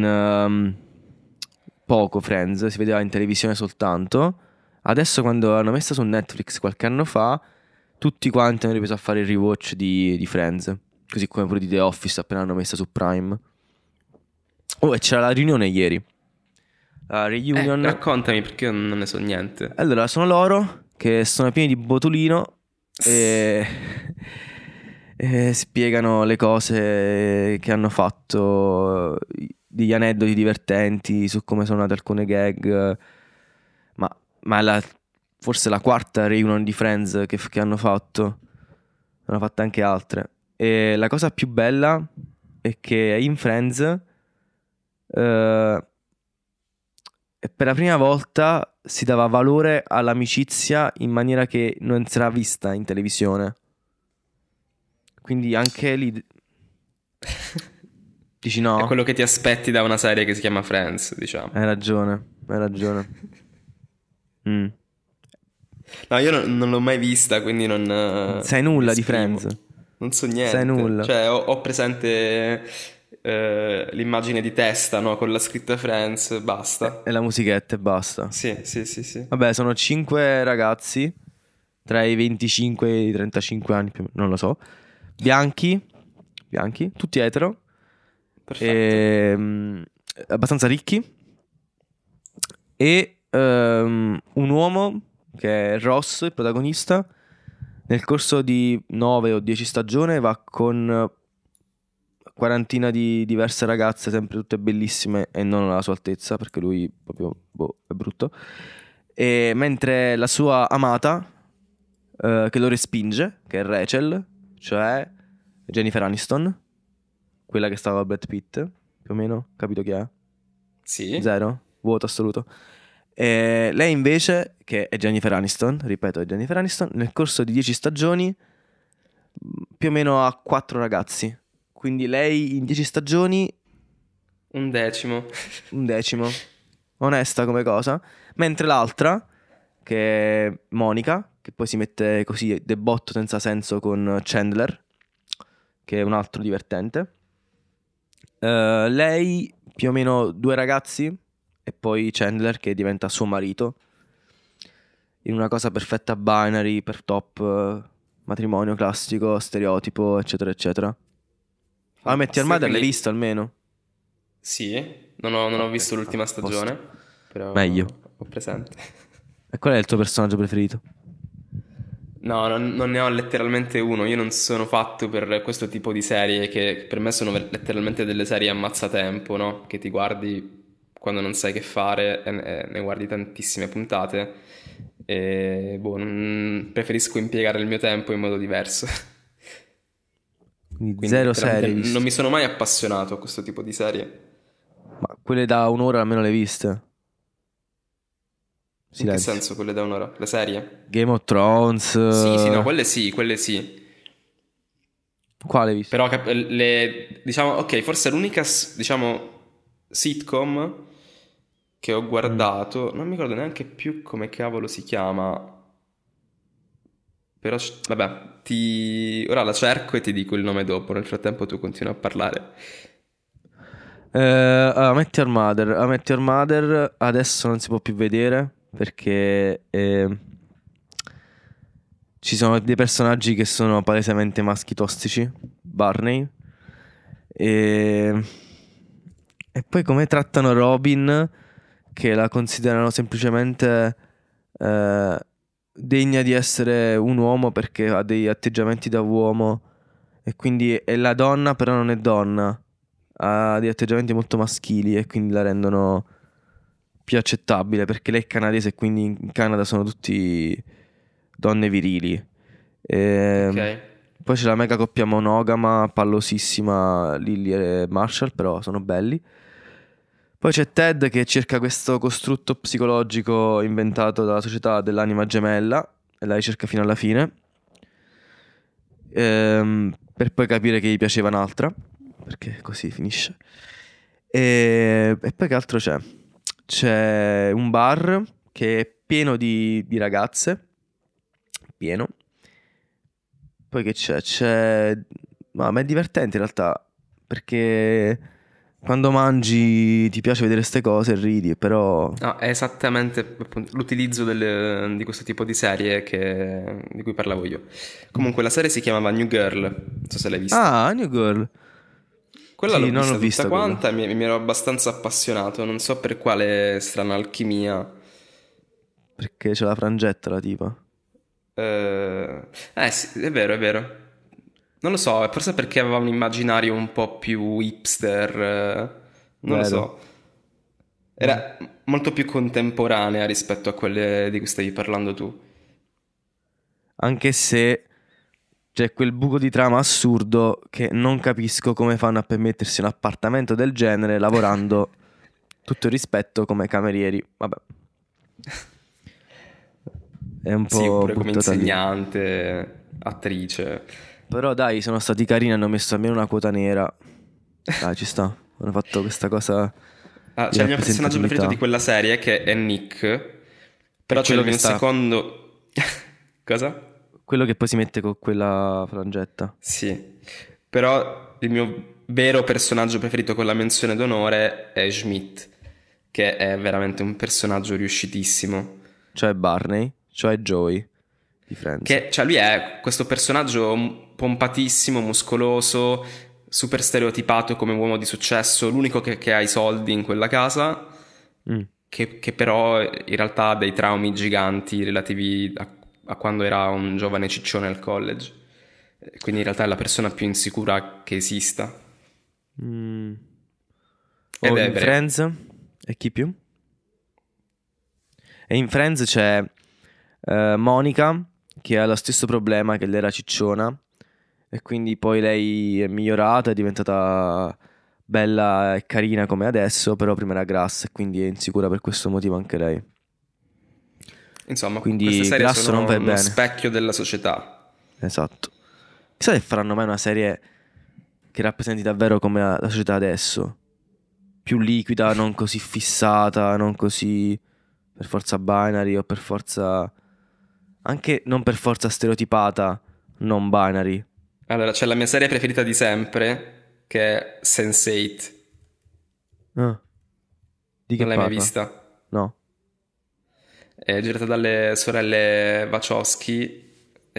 poco Friends, si vedeva in televisione soltanto. Adesso quando l'hanno messa su Netflix qualche anno fa, tutti quanti hanno ripreso a fare il rewatch di Friends. Così come pure di The Office appena l'hanno messa su Prime. Oh, e c'era la riunione ieri. La reunion. Raccontami perché io non ne so niente. Allora, sono loro che sono pieni di botulino e, e spiegano le cose che hanno fatto, degli aneddoti divertenti su come sono nate alcune gag. Ma è forse la quarta reunion di Friends che hanno fatto. Ne hanno fatte anche altre. E la cosa più bella è che in Friends per la prima volta si dava valore all'amicizia in maniera che non si era vista in televisione. Quindi anche lì dici È no? quello che ti aspetti da una serie che si chiama Friends, diciamo. Hai ragione, hai ragione. Mm. No, io non l'ho mai vista, quindi non Non sai mi nulla di esprimo. Friends. Non so Sai niente. nulla. Cioè, ho presente l'immagine di testa, no? Con la scritta Friends, E basta. la musichetta e basta. Sì, sì, sì, sì. Vabbè, sono 5 ragazzi tra i 25 e i 35 anni, non lo so. Bianchi, bianchi, tutti etero. Perfetto. E, abbastanza ricchi. E un uomo che è Ross, il protagonista, nel corso di 9 o 10 stagioni va con quarantina di diverse ragazze, sempre tutte bellissime e non alla sua altezza, perché lui proprio boh, è brutto. E mentre la sua amata, che lo respinge, che è Rachel, cioè Jennifer Aniston, quella che stava con Brad Pitt, più o meno, capito chi è? Sì. Zero, vuoto assoluto. E lei invece, che è Jennifer Aniston, ripeto, è Jennifer Aniston, nel corso di 10 stagioni più o meno ha 4 ragazzi. Quindi lei in 10 stagioni Un decimo. un decimo. Onesta come cosa. Mentre l'altra, che è Monica, che poi si mette così de botto senza senso con Chandler, che è un altro divertente. Lei più o meno 2 ragazzi e poi Chandler che diventa suo marito. In una cosa perfetta binary, per top, matrimonio classico, stereotipo, eccetera, eccetera. Ah, Metti Fantastico. Armada l'hai Quindi visto almeno? sì, non ho Ok, visto l'ultima a posto. stagione, però Meglio. ho presente. E qual è il tuo personaggio preferito? No, non ne ho letteralmente uno. Io non sono fatto per questo tipo di serie che per me sono letteralmente delle serie ammazzatempo, no? Che ti guardi quando non sai che fare e ne guardi tantissime puntate. E boh, preferisco impiegare il mio tempo in modo diverso. Quindi Quindi zero letteralmente serie hai non visto. mi sono mai appassionato a questo tipo di serie. Ma quelle da un'ora almeno le hai viste? In che Silenzio. senso quelle da un'ora? Le serie? Game of Thrones. Sì, sì, no, quelle sì, quelle sì. Quale hai visto? Però diciamo, ok, forse l'unica, diciamo, sitcom che ho Mm. guardato, non mi ricordo neanche più come cavolo si chiama, però vabbè, ora la cerco e ti dico il nome dopo, nel frattempo tu continui a parlare. Metti Your Mother. Metti Your Mother adesso non si può più vedere perché ci sono dei personaggi che sono palesemente maschi tossici, Barney. E, e poi come trattano Robin, che la considerano semplicemente degna di essere un uomo perché ha degli atteggiamenti da uomo e quindi è la donna però non è donna, ha degli atteggiamenti molto maschili e quindi la rendono più accettabile perché lei è canadese e quindi in Canada sono tutti donne virili. E Ok. poi c'è la mega coppia monogama, pallosissima Lily e Marshall, però sono belli. Poi c'è Ted che cerca questo costrutto psicologico inventato dalla società dell'anima gemella e la ricerca fino alla fine, per poi capire che gli piaceva un'altra, perché così finisce. E poi che altro c'è? C'è un bar che è pieno di ragazze, pieno. Poi che c'è? Ma è divertente in realtà, perché quando mangi ti piace vedere queste cose e ridi, però... No, è esattamente appunto, l'utilizzo di questo tipo di serie di cui parlavo io. Comunque la serie si chiamava New Girl, non so se l'hai vista. Ah, New Girl. Quella l'ho Sì, non l'ho vista tutta vista quella. quanta e mi ero abbastanza appassionato, non so per quale strana alchimia. Perché c'è la frangetta la tipa. Sì, è vero, è vero. Non lo so, forse perché aveva un immaginario un po' più hipster, non lo Vero. so. Mm. Era molto più contemporanea rispetto a quelle di cui stavi parlando tu. Anche se c'è quel buco di trama assurdo che non capisco come fanno a permettersi un appartamento del genere lavorando, tutto il rispetto, come camerieri. Vabbè, è un Sì, po' oppure come buttata lì. insegnante, attrice. Però dai, sono stati carini, hanno messo almeno una quota nera. Dai, ci sta. Hanno fatto questa cosa Ah, di c'è il mio personaggio preferito di rappresentatività. quella serie che è Nick, È però c'è il quello che mio sta, secondo... Cosa? quello che poi si mette con quella frangetta. Sì, però il mio vero personaggio preferito con la menzione d'onore è Schmidt, che è veramente un personaggio riuscitissimo. Cioè Barney, cioè Joey di Friends. Cioè lui è questo personaggio pompatissimo, muscoloso, super stereotipato come uomo di successo, l'unico che ha i soldi in quella casa, Mm. che però in realtà ha dei traumi giganti relativi a quando era un giovane ciccione al college. Quindi in realtà è la persona più insicura che esista. Mm. Ed O è in vero. Friends, e chi più? E in Friends c'è Monica che ha lo stesso problema che lei era cicciona e quindi poi lei è migliorata, è diventata bella e carina come adesso, però prima era grassa e quindi è insicura per questo motivo anche lei. Insomma, queste Quindi serie grasso non sono vai uno bene. specchio della società. Esatto. Chissà se faranno mai una serie che rappresenti davvero come la società adesso. Più liquida, non così fissata, non così per forza binary o per forza... Anche non per forza stereotipata, non binary. Allora, c'è la mia serie preferita di sempre, che è Sense8. Ah, di che Non l'hai mai parla? vista? No. È girata dalle sorelle Wachowski,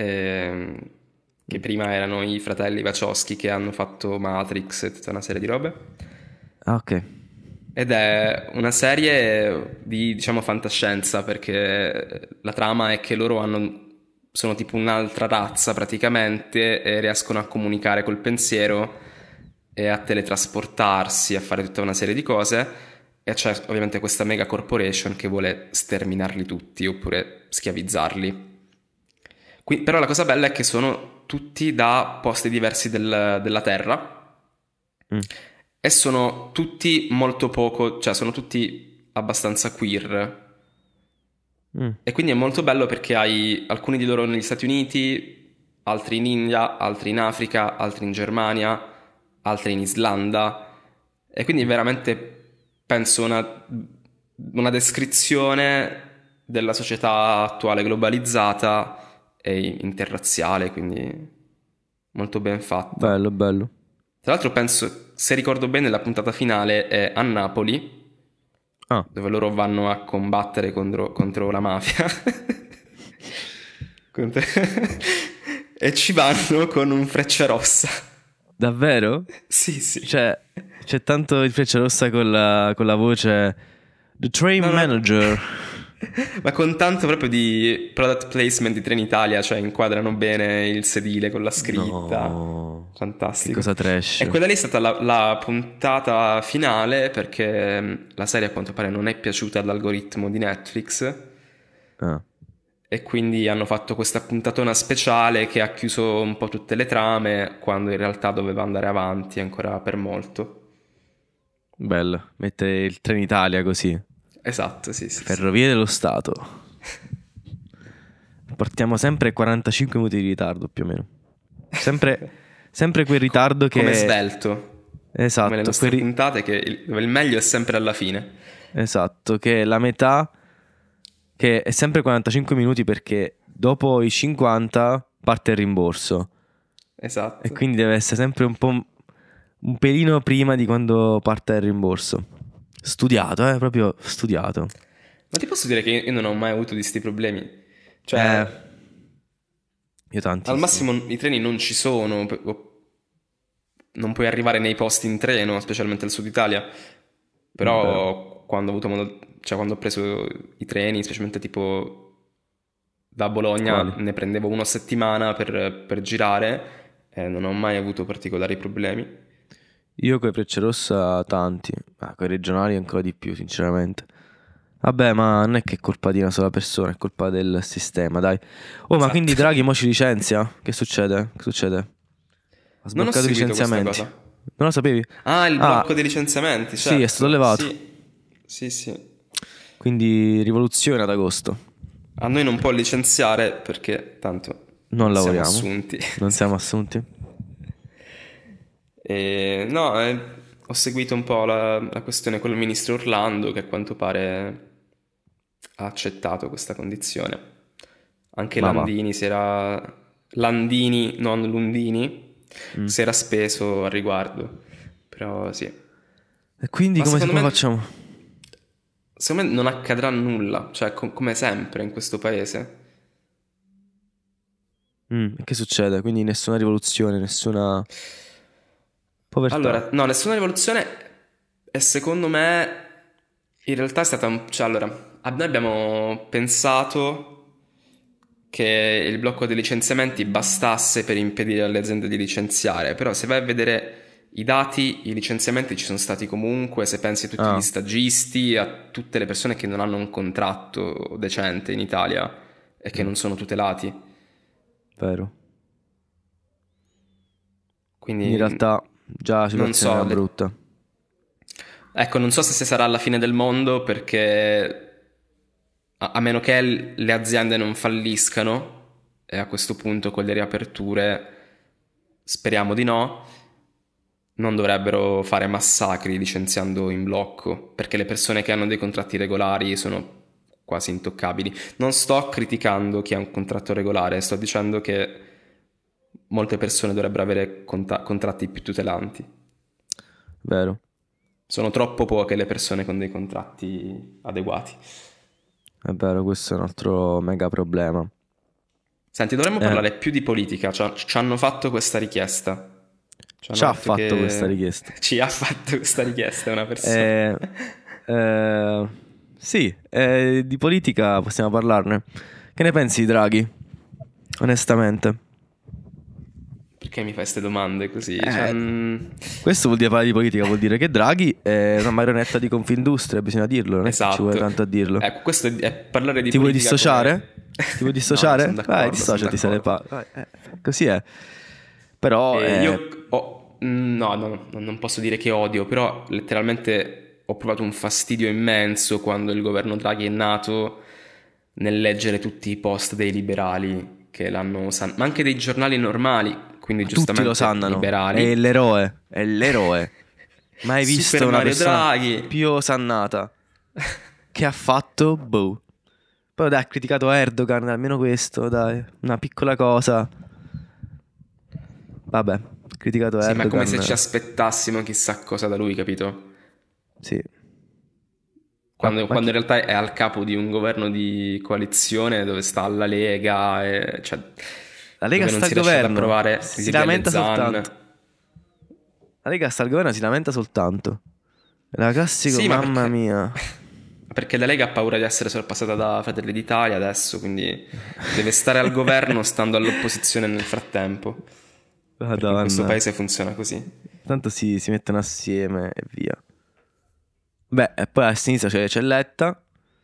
che Mm. prima erano i fratelli Wachowski che hanno fatto Matrix e tutta una serie di robe. Ah, ok. Ed è una serie di, diciamo, fantascienza, perché la trama è che sono tipo un'altra razza praticamente e riescono a comunicare col pensiero e a teletrasportarsi, a fare tutta una serie di cose. E c'è ovviamente questa mega corporation che vuole sterminarli tutti oppure schiavizzarli. Però la cosa bella è che sono tutti da posti diversi della Terra Mm. e sono tutti molto poco, cioè sono tutti abbastanza queer. Mm. E quindi è molto bello perché hai alcuni di loro negli Stati Uniti, altri in India, altri in Africa, altri in Germania, altri in Islanda. E quindi è veramente, penso, una descrizione della società attuale globalizzata e interrazziale, quindi molto ben fatta. Bello, bello. Tra l'altro penso, se ricordo bene, la puntata finale è a Napoli, Ah. dove loro vanno a combattere contro la mafia. Con te- E ci vanno con un Frecciarossa. Davvero? Sì, sì. Cioè, c'è tanto il Frecciarossa con la voce The Train No, no. Manager. Ma con tanto proprio di product placement di Trenitalia, cioè inquadrano bene il sedile con la scritta. No. Che Fantastico. cosa trash. E quella lì è stata la puntata finale perché la serie a quanto pare non è piaciuta all'algoritmo di Netflix Ah, e quindi hanno fatto questa puntatona speciale che ha chiuso un po' tutte le trame quando in realtà doveva andare avanti ancora per molto. bello. Mette il Trenitalia così. Esatto, sì, sì, sì. Ferrovie dello Stato. Portiamo sempre 45 minuti di ritardo più o meno. Sempre, sempre quel ritardo Come che... svelto. Come le Esatto, nostre puntate, che dove il meglio è sempre alla fine. esatto, che è la metà, che è sempre 45 minuti perché dopo i 50 parte il rimborso. E Esatto. quindi deve essere sempre un po' un pelino prima di quando parte il rimborso. Studiato, proprio studiato. Ma ti posso dire che io non ho mai avuto di sti problemi? Eh, Cioè, io al tantissimo. massimo i treni non ci sono, non puoi arrivare nei posti in treno, specialmente al sud Italia. Vero. Però quando ho avuto modo, cioè quando ho preso i treni, specialmente tipo da Bologna, Quali? ne prendevo uno a settimana per girare e non ho mai avuto particolari problemi. Io coi Frecciarossa tanti, ma coi regionali ancora di più, sinceramente. Vabbè, ma non è che è colpa di una sola persona, è colpa del sistema, dai. Oh, ma quindi Esatto. Draghi mo ci licenzia? Che succede? Che succede? Ha Non ho sbloccato i seguito questa licenziamenti. cosa. Non lo sapevi? Ah, il Ah, blocco dei licenziamenti, sì, è stato certo. levato. Sì, sì, sì. Quindi rivoluzione ad agosto. A noi non può licenziare perché tanto Non non siamo lavoriamo. assunti. Non siamo assunti. E, no, ho seguito un po' la questione con il ministro Orlando che a quanto pare ha accettato questa condizione. Anche Ma va. Landini si era... Landini, non Lundini, Mm. si era speso al riguardo. Però sì. E quindi Ma come facciamo? secondo me non accadrà nulla, cioè come sempre in questo paese. E che succede? Quindi nessuna rivoluzione, nessuna povertà. Allora, no, nessuna rivoluzione e secondo me in realtà è stata cioè, allora, noi abbiamo pensato che il blocco dei licenziamenti bastasse per impedire alle aziende di licenziare, però se vai a vedere i dati, i licenziamenti ci sono stati comunque, se pensi a tutti gli Ah, stagisti, a tutte le persone che non hanno un contratto decente in Italia e che mm, non sono tutelati. vero. Quindi in Quindi realtà già la non situazione so, era brutta. ecco, non so se sarà la fine del mondo perché a meno che le aziende non falliscano, e a questo punto con le riaperture speriamo di no, non dovrebbero fare massacri licenziando in blocco, perché le persone che hanno dei contratti regolari sono quasi intoccabili. Non sto criticando chi ha un contratto regolare, sto dicendo che molte persone dovrebbero avere contratti più tutelanti. Vero. Sono troppo poche le persone con dei contratti adeguati. È vero, questo è un altro mega problema. Senti, dovremmo Eh, parlare più di politica. Ci hanno fatto questa richiesta. Ci ci hanno ha detto fatto questa che richiesta. ci ha fatto questa richiesta una persona. Eh, eh, sì, di politica possiamo parlarne. Che ne pensi di Draghi? Onestamente. Perché mi fai queste domande così? Cioè, Eh, questo vuol dire parlare di politica, vuol dire che Draghi è una marionetta di Confindustria, bisogna dirlo, non è che ci vuole esatto. tanto a dirlo. Ecco, questo è parlare di Ti vuoi politica come... dissociare? Ti vuoi No, no, sono dissociare? Vai, d'accordo, sono dissociati, se ne d'accordo. parla. Così è. Però, Io no, no, non posso dire che odio, però letteralmente ho provato un fastidio immenso quando il governo Draghi è nato nel leggere tutti i post dei liberali che l'hanno... ma anche dei giornali normali, quindi tutti lo giustamente sannano. È liberali. l'eroe, è l'eroe. Mai Super visto una Mario persona Draghi. più osannata. Che ha fatto? Boh. Poi dai, ha criticato Erdogan, almeno questo, dai. Una piccola cosa. Vabbè, ha criticato Sì, ma è come se ci Erdogan. aspettassimo chissà cosa da lui, capito? Sì. quando in realtà è al capo di un governo di coalizione dove sta la Lega, cioè, La Lega dove non sta al si riesce ad governo, approvare il si DDL lamenta Zan. soltanto. La Lega sta al governo, si lamenta soltanto. La classico, Sì, ma mamma mia. perché la Lega ha paura di essere sorpassata da Fratelli d'Italia adesso, quindi deve stare al governo stando all'opposizione nel frattempo. Perché in questo Madonna. paese funziona così. Tanto si mettono assieme e via. Beh, e poi a sinistra c'è Letta,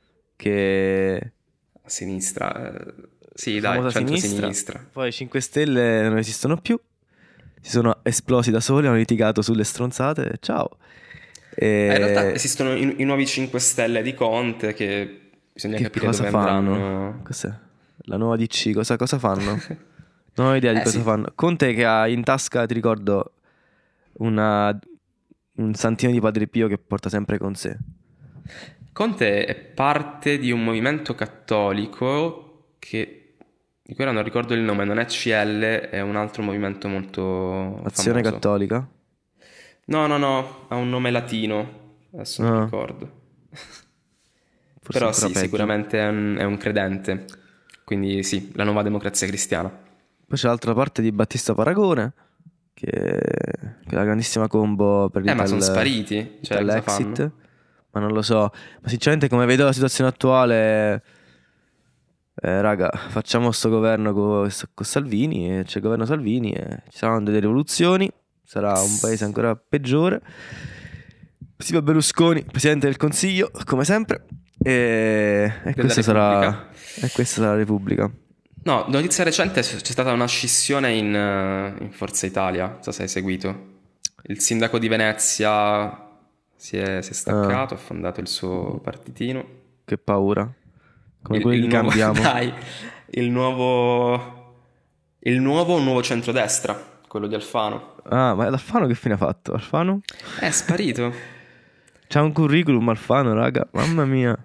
che A sinistra, sì, dai, famosa sinistra. centro-sinistra. Poi i 5 Stelle non esistono più. Si sono esplosi da soli, hanno litigato sulle stronzate. Ciao. In realtà E esistono i nuovi 5 Stelle di Conte che bisogna che capire cosa dove fanno? andranno. Cos'è? La nuova DC, cosa fanno? Non ho idea di cosa Sì, fanno. Conte che ha in tasca, ti ricordo, una- un santino di Padre Pio che porta sempre con sé. Conte è parte di un movimento cattolico di cui ora non ricordo il nome, non è CL, è un altro movimento molto Azione famoso. Cattolica? No, ha un nome latino, adesso non Ah, ricordo. forse Però ancora sì, peggio. sicuramente è un credente, quindi sì, la nuova democrazia cristiana. Poi c'è l'altra parte di Battista Paragone, che è la grandissima combo per Ma sono l'Ital, spariti, cioè cosa Ital-Exit. fanno? Ma non lo so. Ma sinceramente, come vedo la situazione attuale, raga, facciamo sto governo con Salvini, e c'è il governo Salvini, e ci saranno delle rivoluzioni, sarà un paese ancora peggiore. Silvio Berlusconi, presidente del Consiglio, come sempre, e Della Repubblica. questa sarà la Repubblica. No, notizia recente c'è stata una scissione in Forza Italia, non so se hai seguito. Il sindaco di Venezia si è Ah, staccato, ha fondato il suo partitino. che paura. Come quelli Il di nuovo, Cambiamo. dai, il nuovo centrodestra, quello di Alfano. Ah, ma Alfano che fine ha fatto? Alfano? È sparito. C'ha un curriculum Alfano, raga. Mamma mia.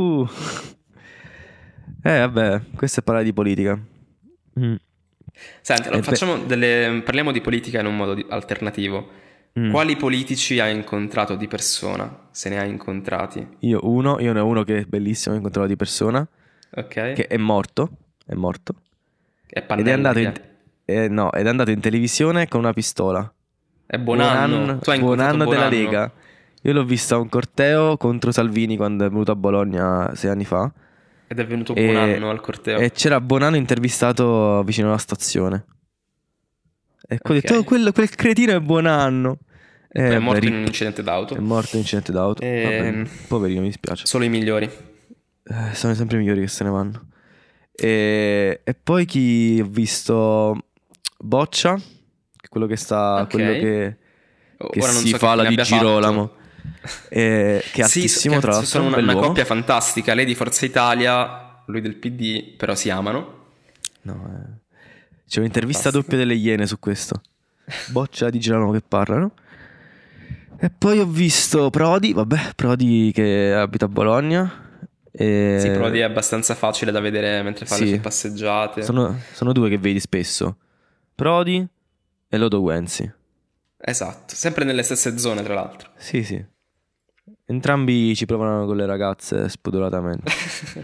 Vabbè, questo è parlare di politica. Mm. Senti, allora, E beh, parliamo di politica in un modo alternativo. mm. Quali politici hai incontrato di persona, se ne hai incontrati? Io ne ho uno che è bellissimo, ho incontrato di persona, Ok? che è morto, È ed è Pannella andato chi in, è? no, ed è andato in televisione con una pistola. È Buonanno. Tu hai Buon incontrato anno della Buonanno Lega. Io l'ho visto a un corteo contro Salvini quando è venuto a Bologna 6 anni fa. ed è venuto E, Buonanno al corteo. e c'era Bonanno intervistato vicino alla stazione. E poi ho Ok. detto, "Oh, quel cretino è Buonanno." E poi è Beh, morto in un rip. incidente È d'auto. morto in incidente d'auto. Vabbè, Ehm, poverino, mi dispiace. Solo i migliori. Sono sempre i migliori che se ne vanno. E poi chi ho visto? Boccia, che è quello che sta, Ok. quello che Ora non si so che fa la fine di abbia Girolamo. fatto. Che è Sì, altissimo, tra l'altro, sono un una bell'uomo. coppia fantastica. Lei di Forza Italia, lui del PD, però si amano. No, c'è un'intervista Fantastico. doppia delle Iene su questo. Boccia di Girolamo che parlano. E poi ho visto Prodi, vabbè, Prodi che abita a Bologna. Sì, Prodi E... è abbastanza facile da vedere mentre fa le sue Sì, passeggiate. sono due che vedi spesso. Prodi e Lodowenzi. Esatto, sempre nelle stesse zone, tra l'altro. Sì, sì. Entrambi ci provano con le ragazze spudoratamente.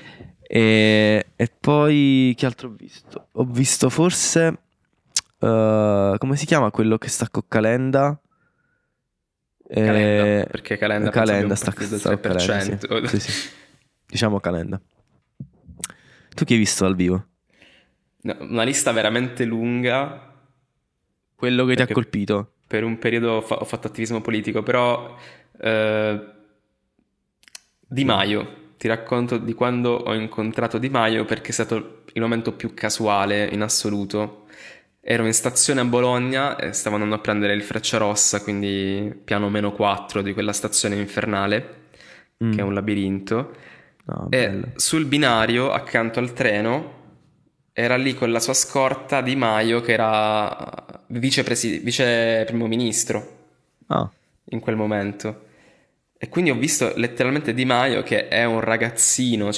E poi che altro ho visto? Ho visto forse come si chiama quello che sta con Calenda? Calenda, Eh, perché Calenda penso abbia Calenda un sta, partito del sta con Calenda, sì. 3%. Sì, sì. Diciamo Calenda. Tu chi hai visto dal vivo? No, una lista veramente lunga, Quello che ti ha perché colpito? per un periodo ho fatto attivismo politico, però eh, Di Chi? Maio, ti racconto di quando ho incontrato Di Maio perché è stato il momento più casuale in assoluto. Ero in stazione a Bologna e stavo andando a prendere il Frecciarossa, quindi piano meno 4 di quella stazione infernale, che è Mm. un labirinto. No, bello. E sul binario, accanto al treno, era lì con la sua scorta Di Maio, che era vice primo ministro Ah, in quel momento. E quindi ho visto letteralmente Di Maio che è un ragazzino,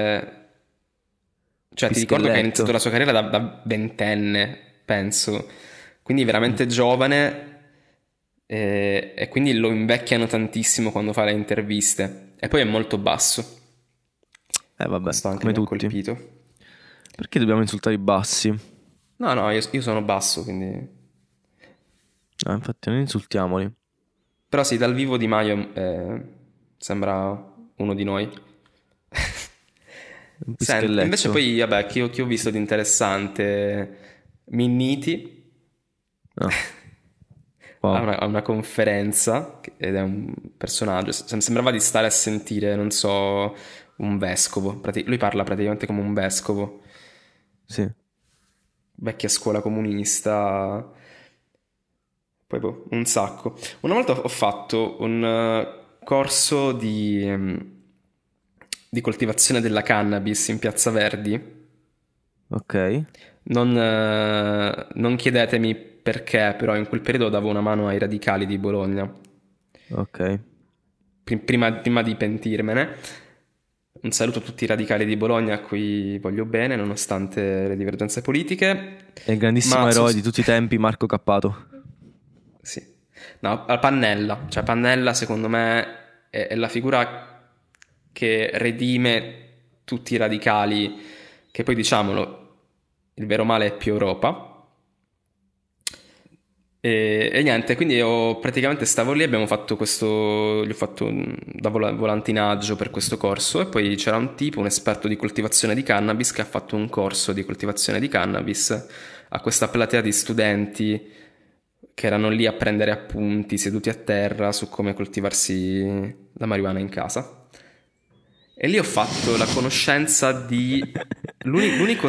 cioè ti ricordo che ha iniziato pischelletto. la sua carriera da ventenne, penso. Quindi veramente giovane e quindi lo invecchiano tantissimo quando fa le interviste. E poi è molto basso. Vabbè, Questo anche come mi ha tutti. colpito. Perché dobbiamo insultare i bassi? No, no, io sono basso, quindi... Infatti non insultiamoli. Però sì, dal vivo Di Maio sembra uno di noi. Un Senti, e invece pischelletto. poi, vabbè, chi ho visto di interessante? Minniti Ah, a wow. a una conferenza ed è un personaggio. Sembrava di stare a sentire, non so, un vescovo. Lui parla praticamente come un vescovo. Sì. Vecchia scuola comunista. Poi boh, un sacco. Una volta ho fatto un corso di coltivazione della cannabis in Piazza Verdi. Ok. Non chiedetemi perché, però in quel periodo davo una mano ai radicali di Bologna, Ok. prima di pentirmene. Un saluto a tutti i radicali di Bologna a cui voglio bene, nonostante le divergenze politiche. È il grandissimo Ma eroe di tutti i tempi, Marco Cappato. sì. No, Pannella. Cioè Pannella secondo me è la figura che redime tutti i radicali, che poi diciamolo, il vero male è più Europa. E niente, quindi io praticamente stavo lì, abbiamo fatto questo, gli ho fatto da volantinaggio per questo corso e poi c'era un tipo, un esperto di coltivazione di cannabis che ha fatto un corso di coltivazione di cannabis a questa platea di studenti che erano lì a prendere appunti seduti a terra su come coltivarsi la marijuana in casa. E lì ho fatto la conoscenza di l'unico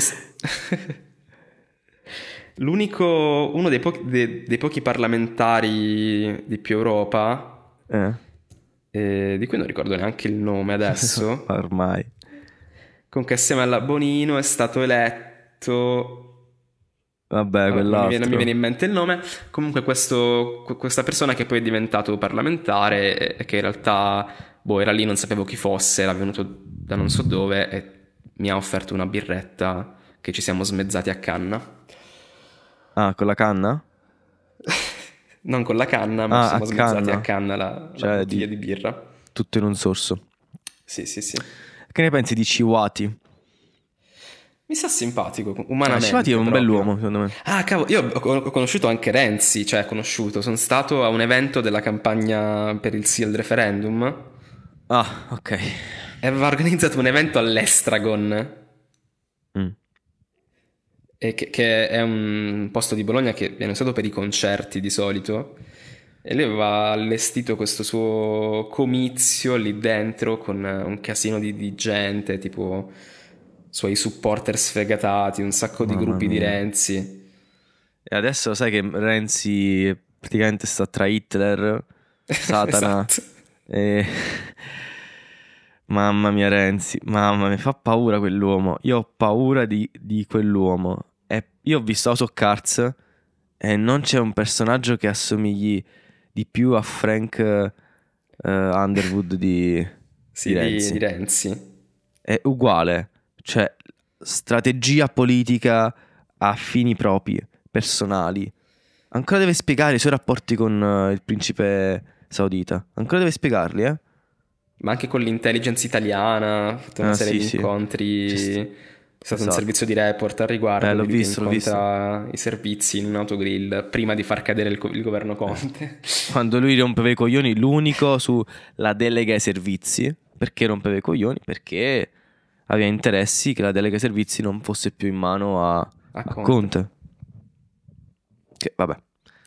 uno dei pochi parlamentari di più Europa, Eh, di cui non ricordo neanche il nome adesso, ormai. comunque assieme alla Bonino è stato eletto. Vabbè, Vabbè, non mi viene quell'altro. in mente il nome. Comunque questa persona che poi è diventato parlamentare e che in realtà, boh, era lì, non sapevo chi fosse, era venuto da non so dove e mi ha offerto una birretta che ci siamo smezzati a canna. Ah, con la canna? Non con la canna, ma ci Ah, a siamo smezzati a canna. canna la Cioè, bottiglia di birra. tutto in un sorso. Sì, sì, sì. Che ne pensi di Ciwati? Mi sta simpatico, Ciwati è umanamente un bell'uomo, proprio. secondo me. Ah, cavolo, io ho conosciuto anche Renzi, cioè conosciuto, sono stato a un evento della campagna per il sì al referendum Ah, ok. e aveva organizzato un evento all'Estragon, Mm. che è un posto di Bologna che viene usato per i concerti di solito. E lui aveva allestito questo suo comizio lì dentro con un casino di gente, tipo suoi supporter sfegatati, un sacco di Mamma gruppi di mia. Renzi. E adesso sai che Renzi praticamente sta tra Hitler, Satana Esatto. e... Mamma mia Renzi, mamma mia, fa paura quell'uomo. Io ho paura di quell'uomo. E io ho visto House of Cards e non c'è un personaggio che assomigli di più a Frank Underwood di Sì, di Renzi. Renzi. È uguale, cioè strategia politica a fini propri, personali. Ancora deve spiegare i suoi rapporti con il principe saudita. Ancora deve spiegarli, eh? Ma anche con l'intelligence italiana, ha fatto una Ah, serie sì, di sì. incontri. C'è stato un Esatto. servizio di report al riguardo, L'ho lui che visto, l'ho visto. incontra i servizi in un autogrill prima di far cadere il governo Conte. Quando lui rompeva i coglioni, l'unico sulla delega ai servizi. Perché rompeva i coglioni? Perché aveva interessi che la delega ai servizi non fosse più in mano A a Conte. Conte. Che vabbè.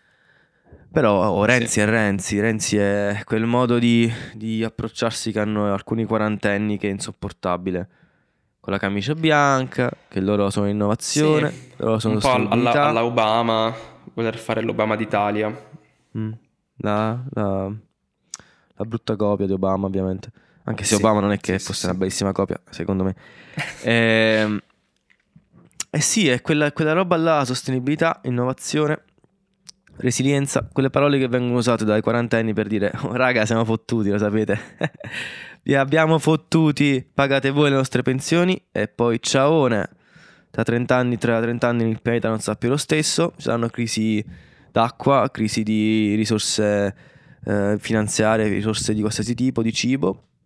Però Sì. Renzi è Renzi, Renzi è quel modo di approcciarsi che hanno alcuni quarantenni che è insopportabile. Con la camicia bianca, che loro sono Sì, innovazione, loro sono un po' sostenibilità. alla Obama, voler fare l'Obama d'Italia. Mm. La, la- la brutta copia di Obama, ovviamente. Anche se Sì, Obama non è sì, che sì, fosse una sì. bellissima copia, secondo me. Sì, è quella roba là, sostenibilità, innovazione, resilienza, quelle parole che vengono usate dai quarantenni per dire, oh, raga, siamo fottuti, lo sapete. Vi abbiamo fottuti, pagate voi le nostre pensioni e poi ciaone. Tra 30 anni il pianeta non sarà più lo stesso, ci saranno crisi d'acqua, crisi di risorse finanziarie, risorse di qualsiasi tipo, di cibo.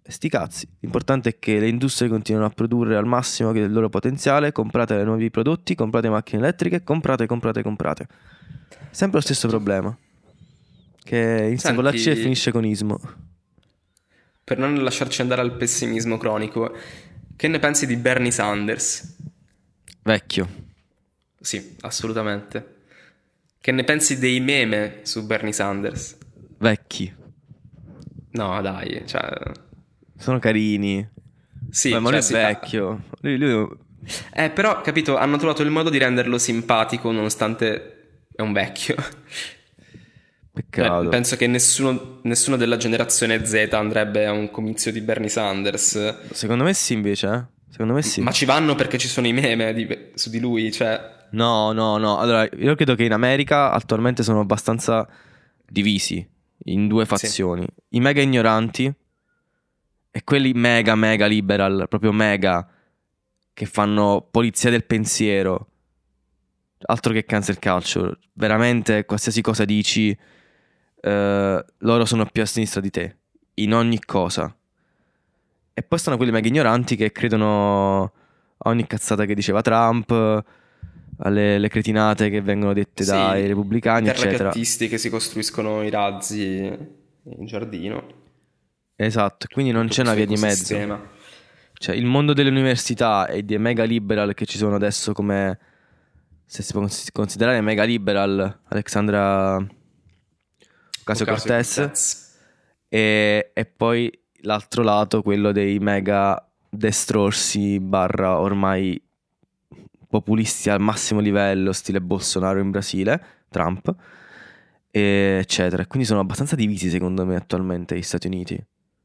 sti cazzi. L'importante è che le industrie continuino a produrre al massimo del loro potenziale. Comprate nuovi prodotti, comprate macchine elettriche, comprate. Sempre lo stesso problema, che inizia con la C e Senti, finisce con ismo. per non lasciarci andare al pessimismo cronico, che ne pensi di Bernie Sanders? Vecchio. Sì, assolutamente. Che ne pensi dei meme su Bernie Sanders? Vecchi. No, dai, cioè... Sono carini. Beh, Sì, ma lui cioè è sì. vecchio. Però, capito, hanno trovato il modo di renderlo simpatico nonostante è un vecchio. Cioè, Peccato. penso che nessuno della generazione Z andrebbe a un comizio di Bernie Sanders. Secondo me sì, invece, eh. Secondo me sì. Ma ci vanno perché ci sono i meme su di lui, cioè... No, no, no. Allora, io credo che in America attualmente sono abbastanza divisi in due Sì, fazioni. I mega ignoranti e quelli mega, mega liberal, proprio mega, che fanno polizia del pensiero. Altro che cancel culture. Veramente, qualsiasi cosa dici, loro sono più a sinistra di te. In ogni cosa. E poi stanno quelli mega ignoranti che credono a ogni cazzata che diceva Trump, alle le cretinate che vengono dette dai sì, i repubblicani, eccetera. terrapiattisti che si costruiscono i razzi in giardino, Esatto, quindi non tutto c'è una questo via di mezzo. ecosistema. Cioè, il mondo delle università e dei mega liberal che ci sono adesso, come se si può considerare mega liberal Alexandra Ocasio-Cortez, Ocasio-Cortez. e poi l'altro lato, quello dei mega destrorsi barra ormai populisti al massimo livello, stile Bolsonaro in Brasile, Trump, eccetera. Quindi sono abbastanza divisi secondo me attualmente gli Stati Uniti.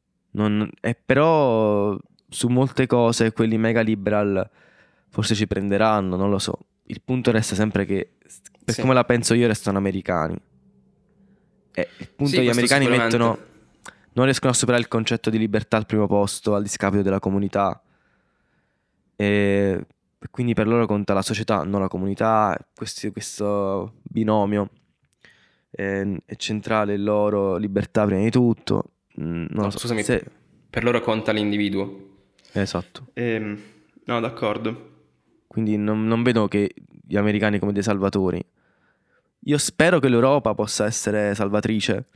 Però su molte cose quelli mega liberal forse ci prenderanno, non lo so. Il punto resta sempre che, per Sì, come la penso io, restano americani. E il punto sì, gli questo americani sicuramente. non riescono a superare il concetto di libertà al primo posto, al discapito della comunità. E quindi per loro conta la società, non la comunità. Questo binomio è centrale, il loro libertà prima di tutto. Non lo No, so. scusami, per loro conta l'individuo. Esatto. Ehm, no, d'accordo. Quindi non vedo che gli americani come dei salvatori. Io spero che l'Europa possa essere salvatrice,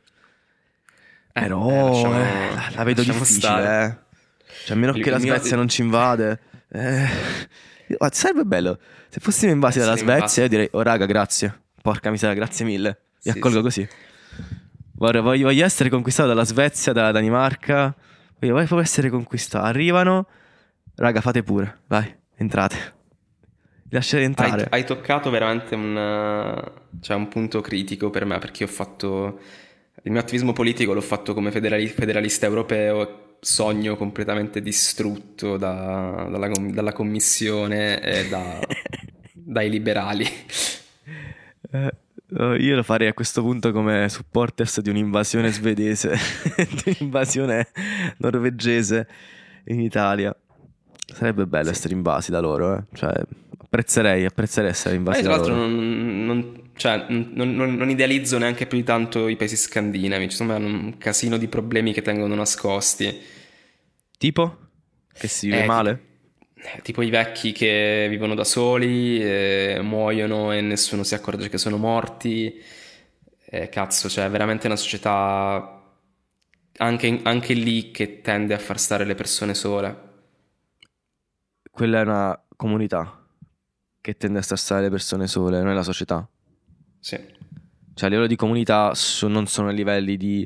però la vedo lasciamo stare. difficile, eh. Cioè, a meno che Il la mio... Svezia non ci invade. Sarebbe bello. Se fossimo invasi dalla essere Svezia, invasi. io direi, oh raga, grazie. Porca miseria, grazie mille. Vi Sì, accolgo sì. così. Voglio essere conquistato dalla Svezia, dalla Danimarca. Voglio proprio essere conquistato. Arrivano, raga, fate pure. Vai, entrate. Li lasciate Hai, entrare. hai toccato veramente cioè un punto critico per me, perché ho fatto il mio attivismo politico l'ho fatto come federalista europeo, sogno completamente distrutto dalla commissione e dai liberali. Io lo farei a questo punto come supporters di un'invasione svedese, di un'invasione norvegese in Italia. Sarebbe bello Sì. essere invasi da loro, eh. Cioè, apprezzerei essere Ma invasi io tra da l'altro loro. cioè, non idealizzo neanche più di tanto i paesi scandinavi, ci sono un casino di problemi che tengono nascosti. Tipo? Che si vive Tipo, male? tipo i vecchi che vivono da soli, muoiono e nessuno si accorge che sono morti. Cazzo, cioè, è veramente una società anche lì che tende a far stare le persone sole. Quella è una comunità che tende a stassare le persone sole, non è la società. Sì. Cioè, a livello di comunità non sono a livelli di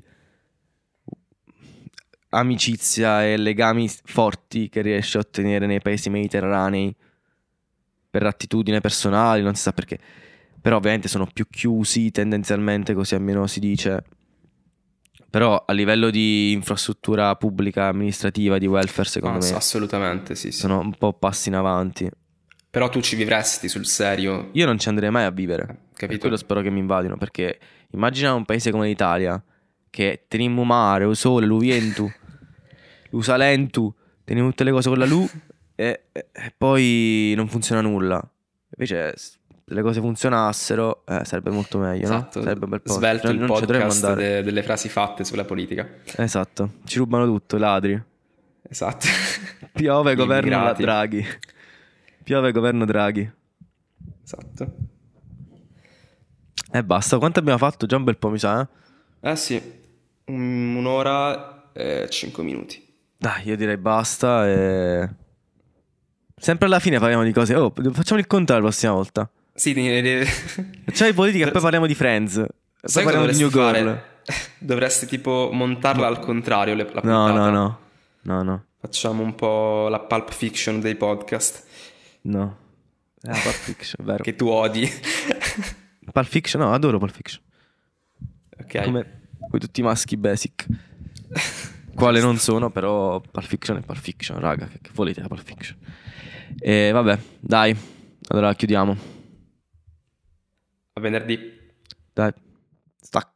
amicizia e legami forti che riesci a ottenere nei paesi mediterranei per attitudine personali, non si sa perché. Però ovviamente sono più chiusi tendenzialmente, così almeno si dice. Però a livello di infrastruttura pubblica, amministrativa, di welfare, secondo me Assolutamente, sì, sì. sono un po' passi in avanti. Però tu ci vivresti sul serio, Io non ci andrei mai a vivere. Per quello capito? spero che mi invadino. Perché immagina un paese come l'Italia, che teniamo mare, il sole, il vento, l'usa lento, teniamo tutte le cose con la lu e poi non funziona nulla. Invece, se le cose funzionassero, sarebbe molto meglio, no? Esatto, Sarebbe un bel posto. svelto il Non ci dovremmo podcast andare. delle frasi fatte sulla politica. Esatto, ci rubano tutto, i ladri. Esatto. Piove Gli governo immigrati. Draghi. Piove governo Draghi. Esatto. E basta, quanto abbiamo fatto? Già un bel po' mi sa, eh? Eh sì, un'ora e 5 minuti. Dai, io direi basta e... Sempre alla fine parliamo di cose. Oh, facciamo il contrario la prossima volta. Sì, Facciamo di politica e poi parliamo di Friends. E poi sai cosa parliamo di dovresti New Girl. fare? Dovresti tipo montarla al contrario la No, no, puntata. no. No, no. Facciamo un po' la Pulp Fiction dei podcast No. Pulp Fiction, è vero. che tu odi. Pulp Fiction, no, adoro Pulp Fiction. Ok. Come tutti i maschi basic. Quale non Giusto. sono, però Pulp Fiction è Pulp Fiction, raga. Che volete da Pulp Fiction? E vabbè, dai. Allora chiudiamo. A venerdì. Dai. Stacco.